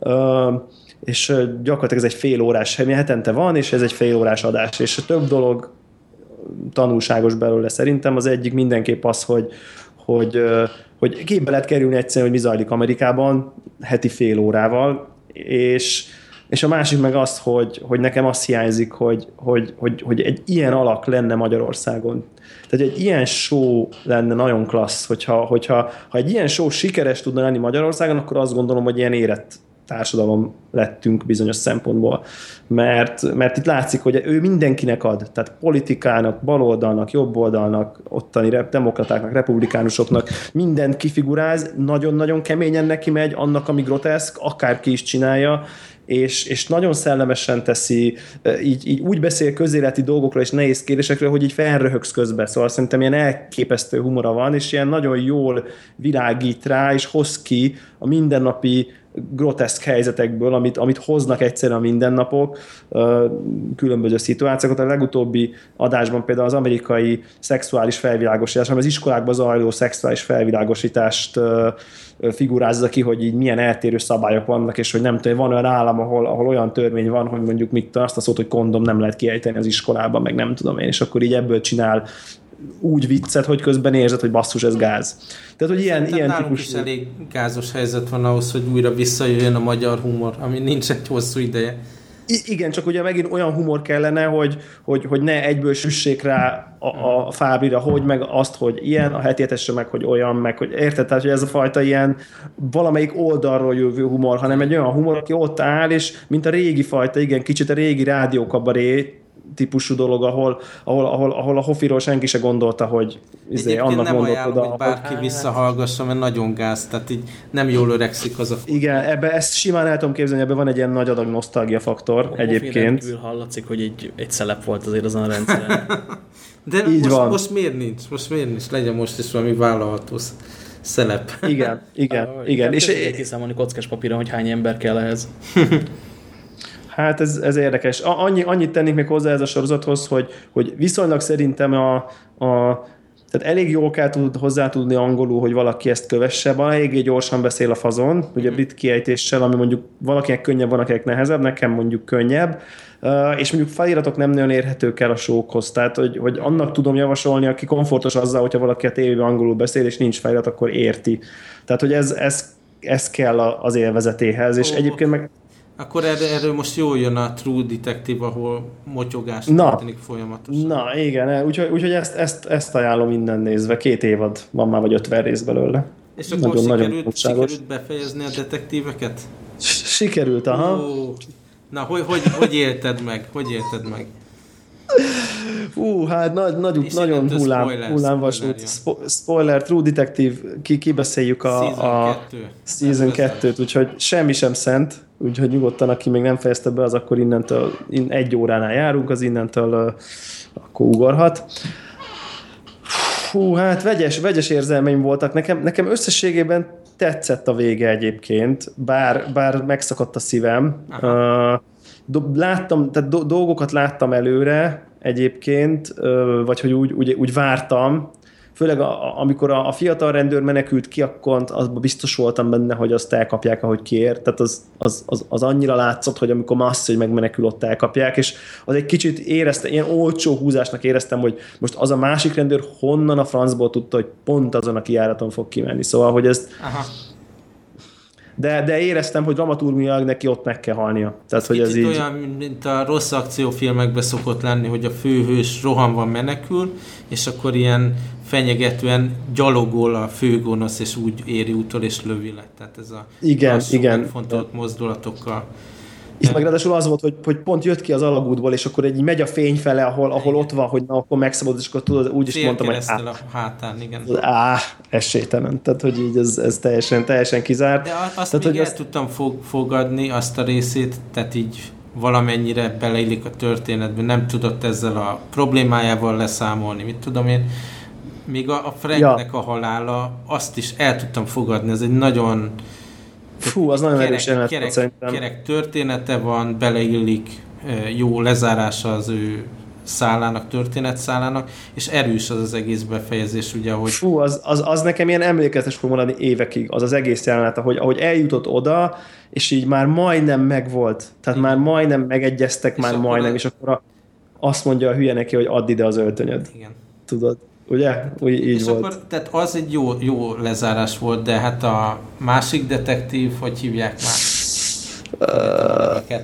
és gyakorlatilag ez egy fél órás, hetente van, és ez egy fél órás adás, és több dolog tanulságos belőle szerintem. Az egyik mindenképp az, hogy, hogy, hogy képbe lehet kerülni egyszerűen, hogy mi zajlik Amerikában heti fél órával, és És a másik meg az, hogy, hogy nekem azt hiányzik, hogy, hogy, hogy, hogy egy ilyen alak lenne Magyarországon. Tehát egy ilyen show lenne nagyon klassz, hogyha, hogyha ha egy ilyen show sikeres tudna lenni Magyarországon, akkor azt gondolom, hogy ilyen érett társadalom lettünk bizonyos szempontból. Mert, mert itt látszik, hogy ő mindenkinek ad. Tehát politikának, baloldalnak, jobboldalnak, ottani demokratáknak, republikánusoknak mindent kifiguráz, nagyon-nagyon keményen neki megy annak, ami groteszk, akárki is csinálja, És, és nagyon szellemesen teszi, így, így úgy beszél közéleti dolgokról és nehéz kérdésekről, hogy így felröhögsz közben. Szóval szerintem ilyen elképesztő humora van, és ilyen nagyon jól világít rá, és hoz ki a mindennapi groteszk helyzetekből, amit, amit hoznak egyszerűen a mindennapok, különböző szituációkat. A legutóbbi adásban például az amerikai szexuális felvilágosítás, az iskolákban zajló szexuális felvilágosítást figurázza ki, hogy így milyen eltérő szabályok vannak, és hogy nem tudom, van olyan állam, ahol, ahol olyan törvény van, hogy mondjuk mit azt a szót, hogy kondom nem lehet kiejteni az iskolában, meg nem tudom én, és akkor így ebből csinál úgy viccet, hogy közben érzed, hogy basszus, ez gáz. Tehát, hogy ilyen, ilyen típusú... is elég gázos helyzet van ahhoz, hogy újra visszajöjjön a magyar humor, ami nincs egy hosszú ideje. I- igen, csak ugye megint olyan humor kellene, hogy, hogy, hogy ne egyből süssék rá a, a Fábrira, hogy meg azt, hogy ilyen, a heti hetesre meg, hogy olyan, meg, hogy érted? Tehát, hogy ez a fajta ilyen valamelyik oldalról jövő humor, hanem egy olyan humor, aki ott áll, és mint a régi fajta, igen, kicsit a régi rádiókabaré típusú dolog, ahol, ahol, ahol, ahol a Hofiról senki se gondolta, hogy izé, annak nem mondott ajánlom, oda. hogy bárki hogy... visszahallgassa, mert nagyon gáz, tehát így nem jól öregszik az a... Igen, ebbe ezt simán el tudom képzelni, ebben van egy ilyen nagy adag nosztalgia faktor a egyébként. Hofin hallatszik, hogy egy, egy szelep volt azért azon a rendszeren. De így most, van. most miért nincs? Most miért nincs? Legyen most is valami vállalható szelep. Igen, igen, ah, igen. És én kiszámolni kockás papíron, hogy hány ember kell ehhez. Hát ez, ez érdekes. Annyi, annyit tennék még hozzá ez a sorozathoz, hogy, hogy viszonylag szerintem a, a tehát elég jól kell tud, hozzá tudni angolul, hogy valaki ezt kövesse, van eléggé gyorsan beszél a fazon, ugye brit kiejtéssel, ami mondjuk valakinek könnyebb, van, akinek nehezebb, nekem mondjuk könnyebb, uh, és mondjuk feliratok nem nagyon érhetők el a show-hoz, tehát hogy, hogy annak tudom javasolni, aki komfortos azzal, hogyha valaki a tévében angolul beszél, és nincs felirat, akkor érti. Tehát, hogy ez, ez, ez kell az élvezetéhez, és oh. egyébként meg akkor erről, erről most jól jön a True Detective, ahol motyogás történik folyamatosan. Na, igen, úgyhogy, úgyhogy ezt, ezt, ezt ajánlom innen nézve. Két évad van már, vagy ötven rész belőle. És akkor nagyon, sikerült, nagyon sikerült befejezni a detektíveket? Sikerült, aha. Ó, na, hogy, hogy, hogy élted meg? Hogy élted meg? Ú, hát nagy, nagy, nagyon hullám, hullámvasút. Spoiler, spoiler, True Detective, ki, kibeszéljük a, a Season kettőt, úgyhogy semmi sem szent, úgyhogy nyugodtan, aki még nem fejezte be, az akkor innentől egy óránál járunk, az innentől uh, akkor ugorhat. Hú, hát vegyes, vegyes érzelmeim voltak. Nekem, nekem összességében tetszett a vége egyébként, bár, bár megszakadt a szívem. Uh, láttam, tehát do, dolgokat láttam előre egyébként, vagy hogy úgy, úgy, úgy vártam, főleg a, amikor a, a fiatal rendőr menekült ki, akkor azban biztos voltam benne, hogy azt elkapják, ahogy kiért, tehát az, az, az, az annyira látszott, hogy amikor Massey, hogy megmenekül, ott elkapják, és az egy kicsit éreztem, ilyen olcsó húzásnak éreztem, hogy most az a másik rendőr honnan a francból tudta, hogy pont azon a kijáraton fog kimenni, szóval, hogy ezt Aha. De, de éreztem, hogy dramaturgiailag neki ott meg kell halnia. Tehát, hogy ez így... olyan, mint a rossz akciófilmekben szokott lenni, hogy a főhős rohanva menekül, és akkor ilyen fenyegetően gyalogol a főgonosz, és úgy éri utol, és lövi le. Tehát ez a igen, lassú, igen. megfontolt mozdulatokkal. És meg ráadásul az volt, hogy, hogy pont jött ki az alagútból, és akkor egy megy a fény fele, ahol, ahol ott van, hogy na, akkor megszabadul, és akkor tudod, úgy is mondtam, hogy áh, a hátán, igen. Áh, esélytelen. Tehát, hogy így ez, ez teljesen, teljesen kizárt. De azt tehát, még hogy el azt... tudtam fog, fogadni, azt a részét, tehát így valamennyire beleillik a történetbe, nem tudott ezzel a problémájával leszámolni, mit tudom én. Még a, a Franknek ja. a halála, azt is el tudtam fogadni, ez egy nagyon... Fú, az nagyon erős jelenet, kerek, szerintem. Kerek története van, beleillik, jó lezárása az ő szállának, történetszállának, és erős az az egész befejezés, ugye, hogy... Fú, az, az, az nekem ilyen emlékezetes fog maradni évekig, az az egész jelenet, ahogy, ahogy eljutott oda, és így már majdnem megvolt, tehát igen. már majdnem megegyeztek, és már majdnem, a... és akkor a, azt mondja a hülye neki, hogy add ide az öltönyöd. Igen. Tudod? Ugye? Úgy, így és volt. Akkor, tehát az egy jó, jó lezárás volt, de hát a másik detektív, hogy hívják már? Uh,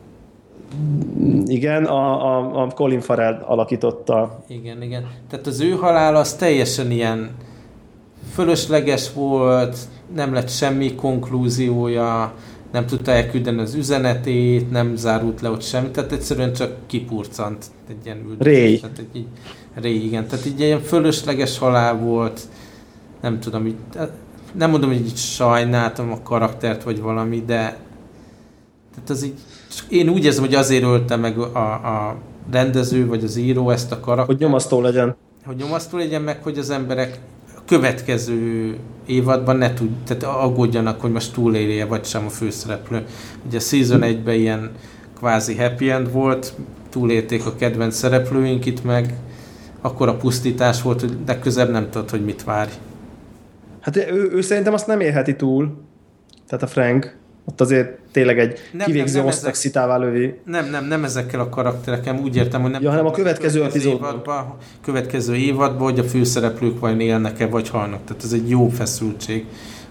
igen, a, a, a Colin Farrell alakította. Igen, igen. Tehát az ő halál az teljesen ilyen fölösleges volt, nem lett semmi konklúziója, nem tudta elküldeni az üzenetét, nem zárult le ott semmit, tehát egyszerűen csak kipurcant egy ilyen üldözés. Réj. Tehát egy, így, Réj, igen. Tehát így ilyen fölösleges halál volt, nem tudom, így, nem mondom, hogy így sajnáltam a karaktert, vagy valami, de tehát az így, én úgy érzem, hogy azért ölte meg a, a rendező, vagy az író ezt a karaktert. Hogy nyomasztó legyen. Hogy nyomasztó legyen, meg hogy az emberek a következő évadban ne tud, tehát aggódjanak, hogy most túlélje, vagy sem a főszereplő. Ugye a Season egyben ilyen kvázi happy end volt, túlélték a kedvenc szereplőink, itt meg akkor a pusztítás volt, hogy legközelebb nem tudod, hogy mit várj. Hát ő, ő szerintem azt nem élheti túl, tehát a Frank. Ott azért tényleg egy nem, kivégző osztag szitává lövi. Nem, nem, nem ezekkel a karakterekkel, úgy értem, hogy nem... Ja, hanem a következő, következő évadban, következő évadban, hogy a főszereplők vajon élnek-e, vagy halnak. Tehát ez egy jó feszültség a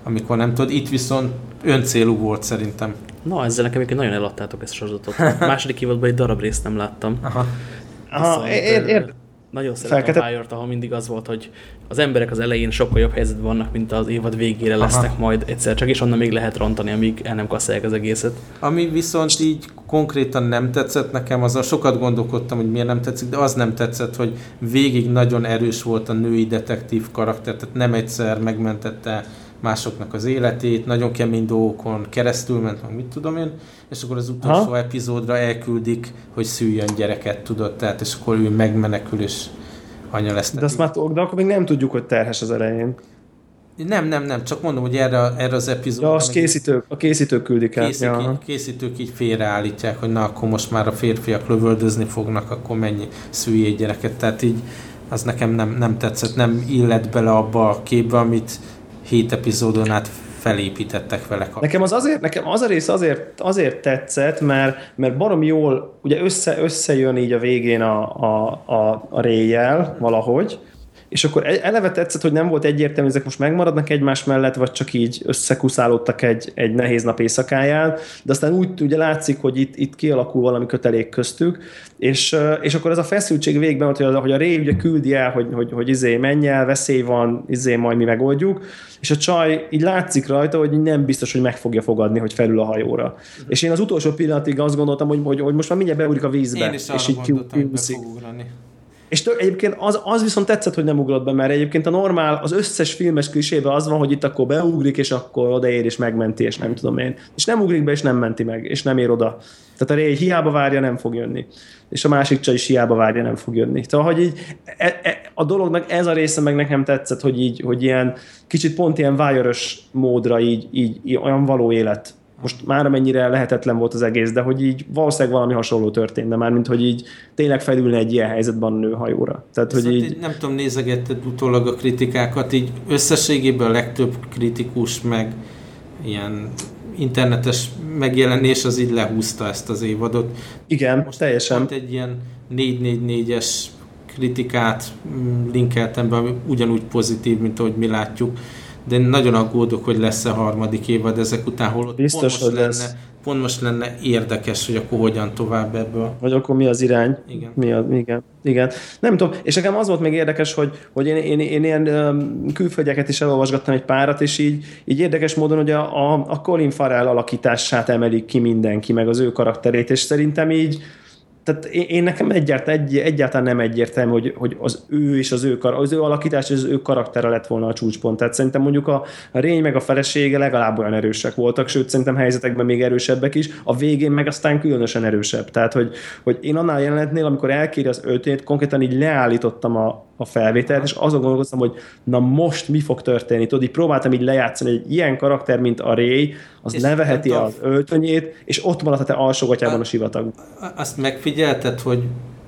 amikor nem tudod, itt viszont öncélú volt szerintem. Na, ezzel nekem nagyon eladtátok ezt a sorozatot. A második évadban egy darab részt nem láttam. Aha. Aha, ér, ér, nagyon szeretem a Hire-t, ahol mindig az volt, hogy az emberek az elején sokkal jobb helyzetben vannak, mint az évad végére lesznek Aha. majd egyszer csak, és onnan még lehet rontani, amíg el nem kasszálják az egészet. Ami viszont így konkrétan nem tetszett nekem, azon sokat gondolkodtam, hogy miért nem tetszik, de az nem tetszett, hogy végig nagyon erős volt a női detektív karakter, tehát nem egyszer megmentette másoknak az életét, nagyon kemény dolgokon keresztül ment, meg mit tudom én, és akkor az utolsó ha? epizódra elküldik, hogy szüljön gyereket, tudod, tehát, és akkor ő megmenekül, és anya lesz. De azt már, de akkor még nem tudjuk, hogy terhes az elején. Nem, nem, nem, csak mondom, hogy erre, erre az epizódra... Ja, azt készítők, a készítők küldik el. Készítők, ja. így, készítők így félreállítják, hogy na, akkor most már a férfiak lövöldözni fognak, akkor mennyi szüljél gyereket, tehát így az nekem nem, nem tetszett, nem illett bele abba a képbe, amit hét epizódon át felépítettek vele kapcsolatban. Nekem az azért, nekem az a rész azért, azért tetszett, mert, mert baromi jól ugye össze, összejön így a végén a, a, a, a Ray-jel valahogy, és akkor eleve tetszett, hogy nem volt egyértelmű, ezek most megmaradnak egymás mellett, vagy csak így összekuszálódtak egy, egy nehéz nap éjszakáján, de aztán úgy ugye látszik, hogy itt, itt kialakul valami kötelék köztük, és, és akkor ez a feszültség végben volt, hogy a, hogy a Ray ugye küldi el, hogy, hogy, hogy izé menj el, veszély van, izé majd mi megoldjuk, és a csaj így látszik rajta, hogy nem biztos, hogy meg fogja fogadni, hogy felül a hajóra. Uh-huh. És én az utolsó pillanatig azt gondoltam, hogy, hogy, hogy most már mindjárt beugrik a vízbe. Én is arra és így gondoltam, hogy be fog ugrani. És tök, egyébként az, az viszont tetszett, hogy nem ugrott be, mert egyébként a normál, az összes filmes klisében az van, hogy itt akkor beugrik, és akkor odaér, és megmenti, és nem tudom én. És nem ugrik be, és nem menti meg, és nem ér oda. Tehát a Ray hiába várja, nem fog jönni. És a másik csaj is hiába várja, nem fog jönni. Tehát, hogy így, e, e, a dolognak ez a része meg nekem tetszett, hogy így, hogy ilyen, kicsit pont ilyen Wire-ös módra így, így, így olyan való élet. Most már amennyire lehetetlen volt az egész, de hogy így valószínűleg valami hasonló történne már, mint hogy így tényleg felülne egy ilyen helyzetben a nő hajóra. Tehát, hogy így... Nem tudom, nézegetted utólag a kritikákat, így összességében a legtöbb kritikus meg ilyen internetes megjelenés az így lehúzta ezt az évadot. Igen, most teljesen. Most egy ilyen négy négy négyes kritikát linkeltem be, ami ugyanúgy pozitív, mint ahogy mi látjuk, de nagyon aggódok, hogy lesz a harmadik évad ezek után, holott biztos, pont, most lesz. lenne, pont most lenne érdekes, hogy akkor hogyan tovább ebből. Vagy akkor mi az irány. Igen. Mi az, igen. igen. Nem tudom, és nekem az volt még érdekes, hogy, hogy én, én, én ilyen um, külföldjeket is elolvasgattam egy párat, és így, így érdekes módon, hogy a, a, a Colin Farrell alakítását emelik ki mindenki, meg az ő karakterét, és szerintem így tehát én, én nekem egyáltalán, egy, egyáltalán nem egyértelmű, hogy, hogy az ő és az ő, az ő alakítás és az ő karaktere lett volna a csúcspont. Tehát szerintem mondjuk a, a Ray meg a felesége legalább olyan erősek voltak, sőt szerintem helyzetekben még erősebbek is, a végén meg aztán különösen erősebb. Tehát, hogy, hogy én annál jelenetnél, amikor elkéri az öltönyt, konkrétan így leállítottam a, a felvételt, és azon gondolkoztam, hogy na most mi fog történni. Tudod, így próbáltam így lejátszani, hogy egy ilyen karakter, mint a Ray, az és leveheti az öltönyét, és ott maradhat-e alsógatyában a, a sivatag. Azt megfigyelted, hogy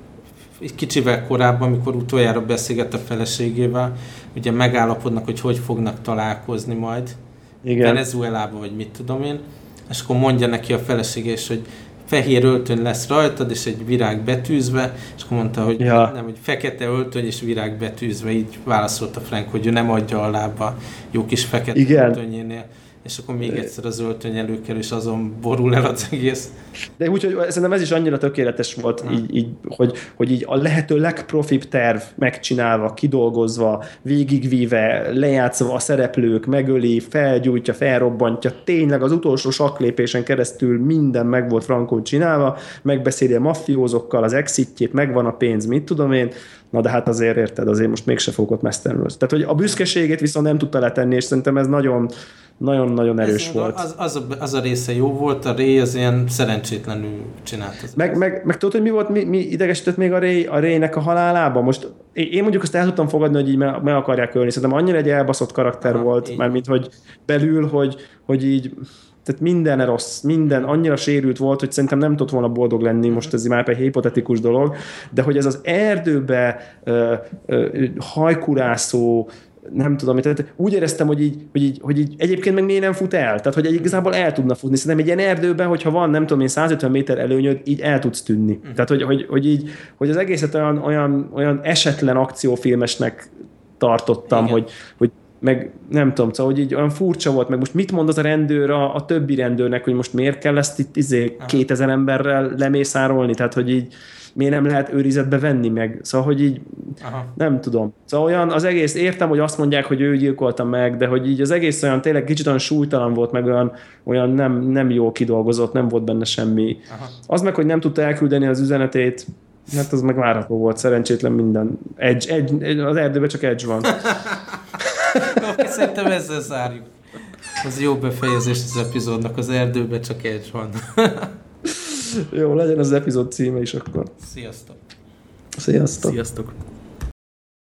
egy kicsivel korábban, amikor utoljára beszélgett a feleségével, ugye megállapodnak, hogy hogy fognak találkozni majd Venezuelába, vagy mit tudom én, és akkor mondja neki a felesége is, hogy fehér öltöny lesz rajtad, és egy virág betűzve, és akkor mondta, hogy ja. nem, hogy fekete öltöny és virág betűzve, így válaszolta Frank, hogy ő nem adja a lába jó kis fekete Igen. öltönyénél. És akkor még egyszer az öltöny előkerül, és azon borul el az egész. De úgyhogy szerintem ez is annyira tökéletes volt, így, így, hogy, hogy így a lehető legprofibb terv megcsinálva, kidolgozva, végigvíve, lejátszva a szereplők, megöli, felgyújtja, felrobbantja, tényleg az utolsó saklépésen keresztül minden meg volt frankon csinálva, megbeszéli a maffiózokkal az exitjét, megvan a pénz, mit tudom én, na de hát azért érted, azért most mégse fogok ott mesztelenül. Tehát, hogy a büszkeségét viszont nem tudta letenni, és szerintem ez nagyon nagyon-nagyon erős ez volt. Az, az, a, az a része jó volt, a Ray az ilyen szerencsétlenül csinált. Meg, meg, meg tudod, hogy mi volt, mi, mi idegesített még a Ray, a Ray-nek a halálában? Most én mondjuk azt el tudtam fogadni, hogy így meg, meg akarják ölni. Szerintem annyira egy elbaszott karakter Aha, volt, mármint hogy belül, hogy, hogy így tehát minden rossz, minden annyira sérült volt, hogy szerintem nem tudott volna boldog lenni, most ez már egy hipotetikus dolog, de hogy ez az erdőbe ö, ö, hajkurászó, nem tudom, tehát úgy éreztem, hogy így, hogy, így, hogy így egyébként meg miért nem fut el. Tehát, hogy igazából el tudna futni. Szerintem egy ilyen erdőben, hogyha van, nem tudom én, száz ötven méter előnyöd, így el tudsz tűnni. Mm. Tehát, hogy, hogy, hogy, így, hogy az egészet olyan, olyan, olyan esetlen akciófilmesnek tartottam, hogy, hogy meg nem tudom, szóval, hogy így olyan furcsa volt, meg most mit mond az a rendőr a, a többi rendőrnek, hogy most miért kell ezt itt izé, kétezer emberrel lemészárolni, tehát hogy így miért nem lehet őrizetbe venni meg, szóval, hogy így Aha. nem tudom. Szóval olyan az egész, értem, hogy azt mondják, hogy ő gyilkolta meg, de hogy így az egész olyan tényleg kicsit olyan súlytalan volt, meg olyan, olyan nem, nem jó kidolgozott, nem volt benne semmi. Aha. Az meg, hogy nem tudta elküldeni az üzenetét, hát az meg várható volt, szerencsétlen minden. Edge, edge, az erdőben csak Edge van. Szerintem ezzel zárjuk. Az jó befejezés az epizódnak, az erdőben csak Edge van. Jó, legyen az epizód címe is akkor. Sziasztok! Sziasztok! Sziasztok!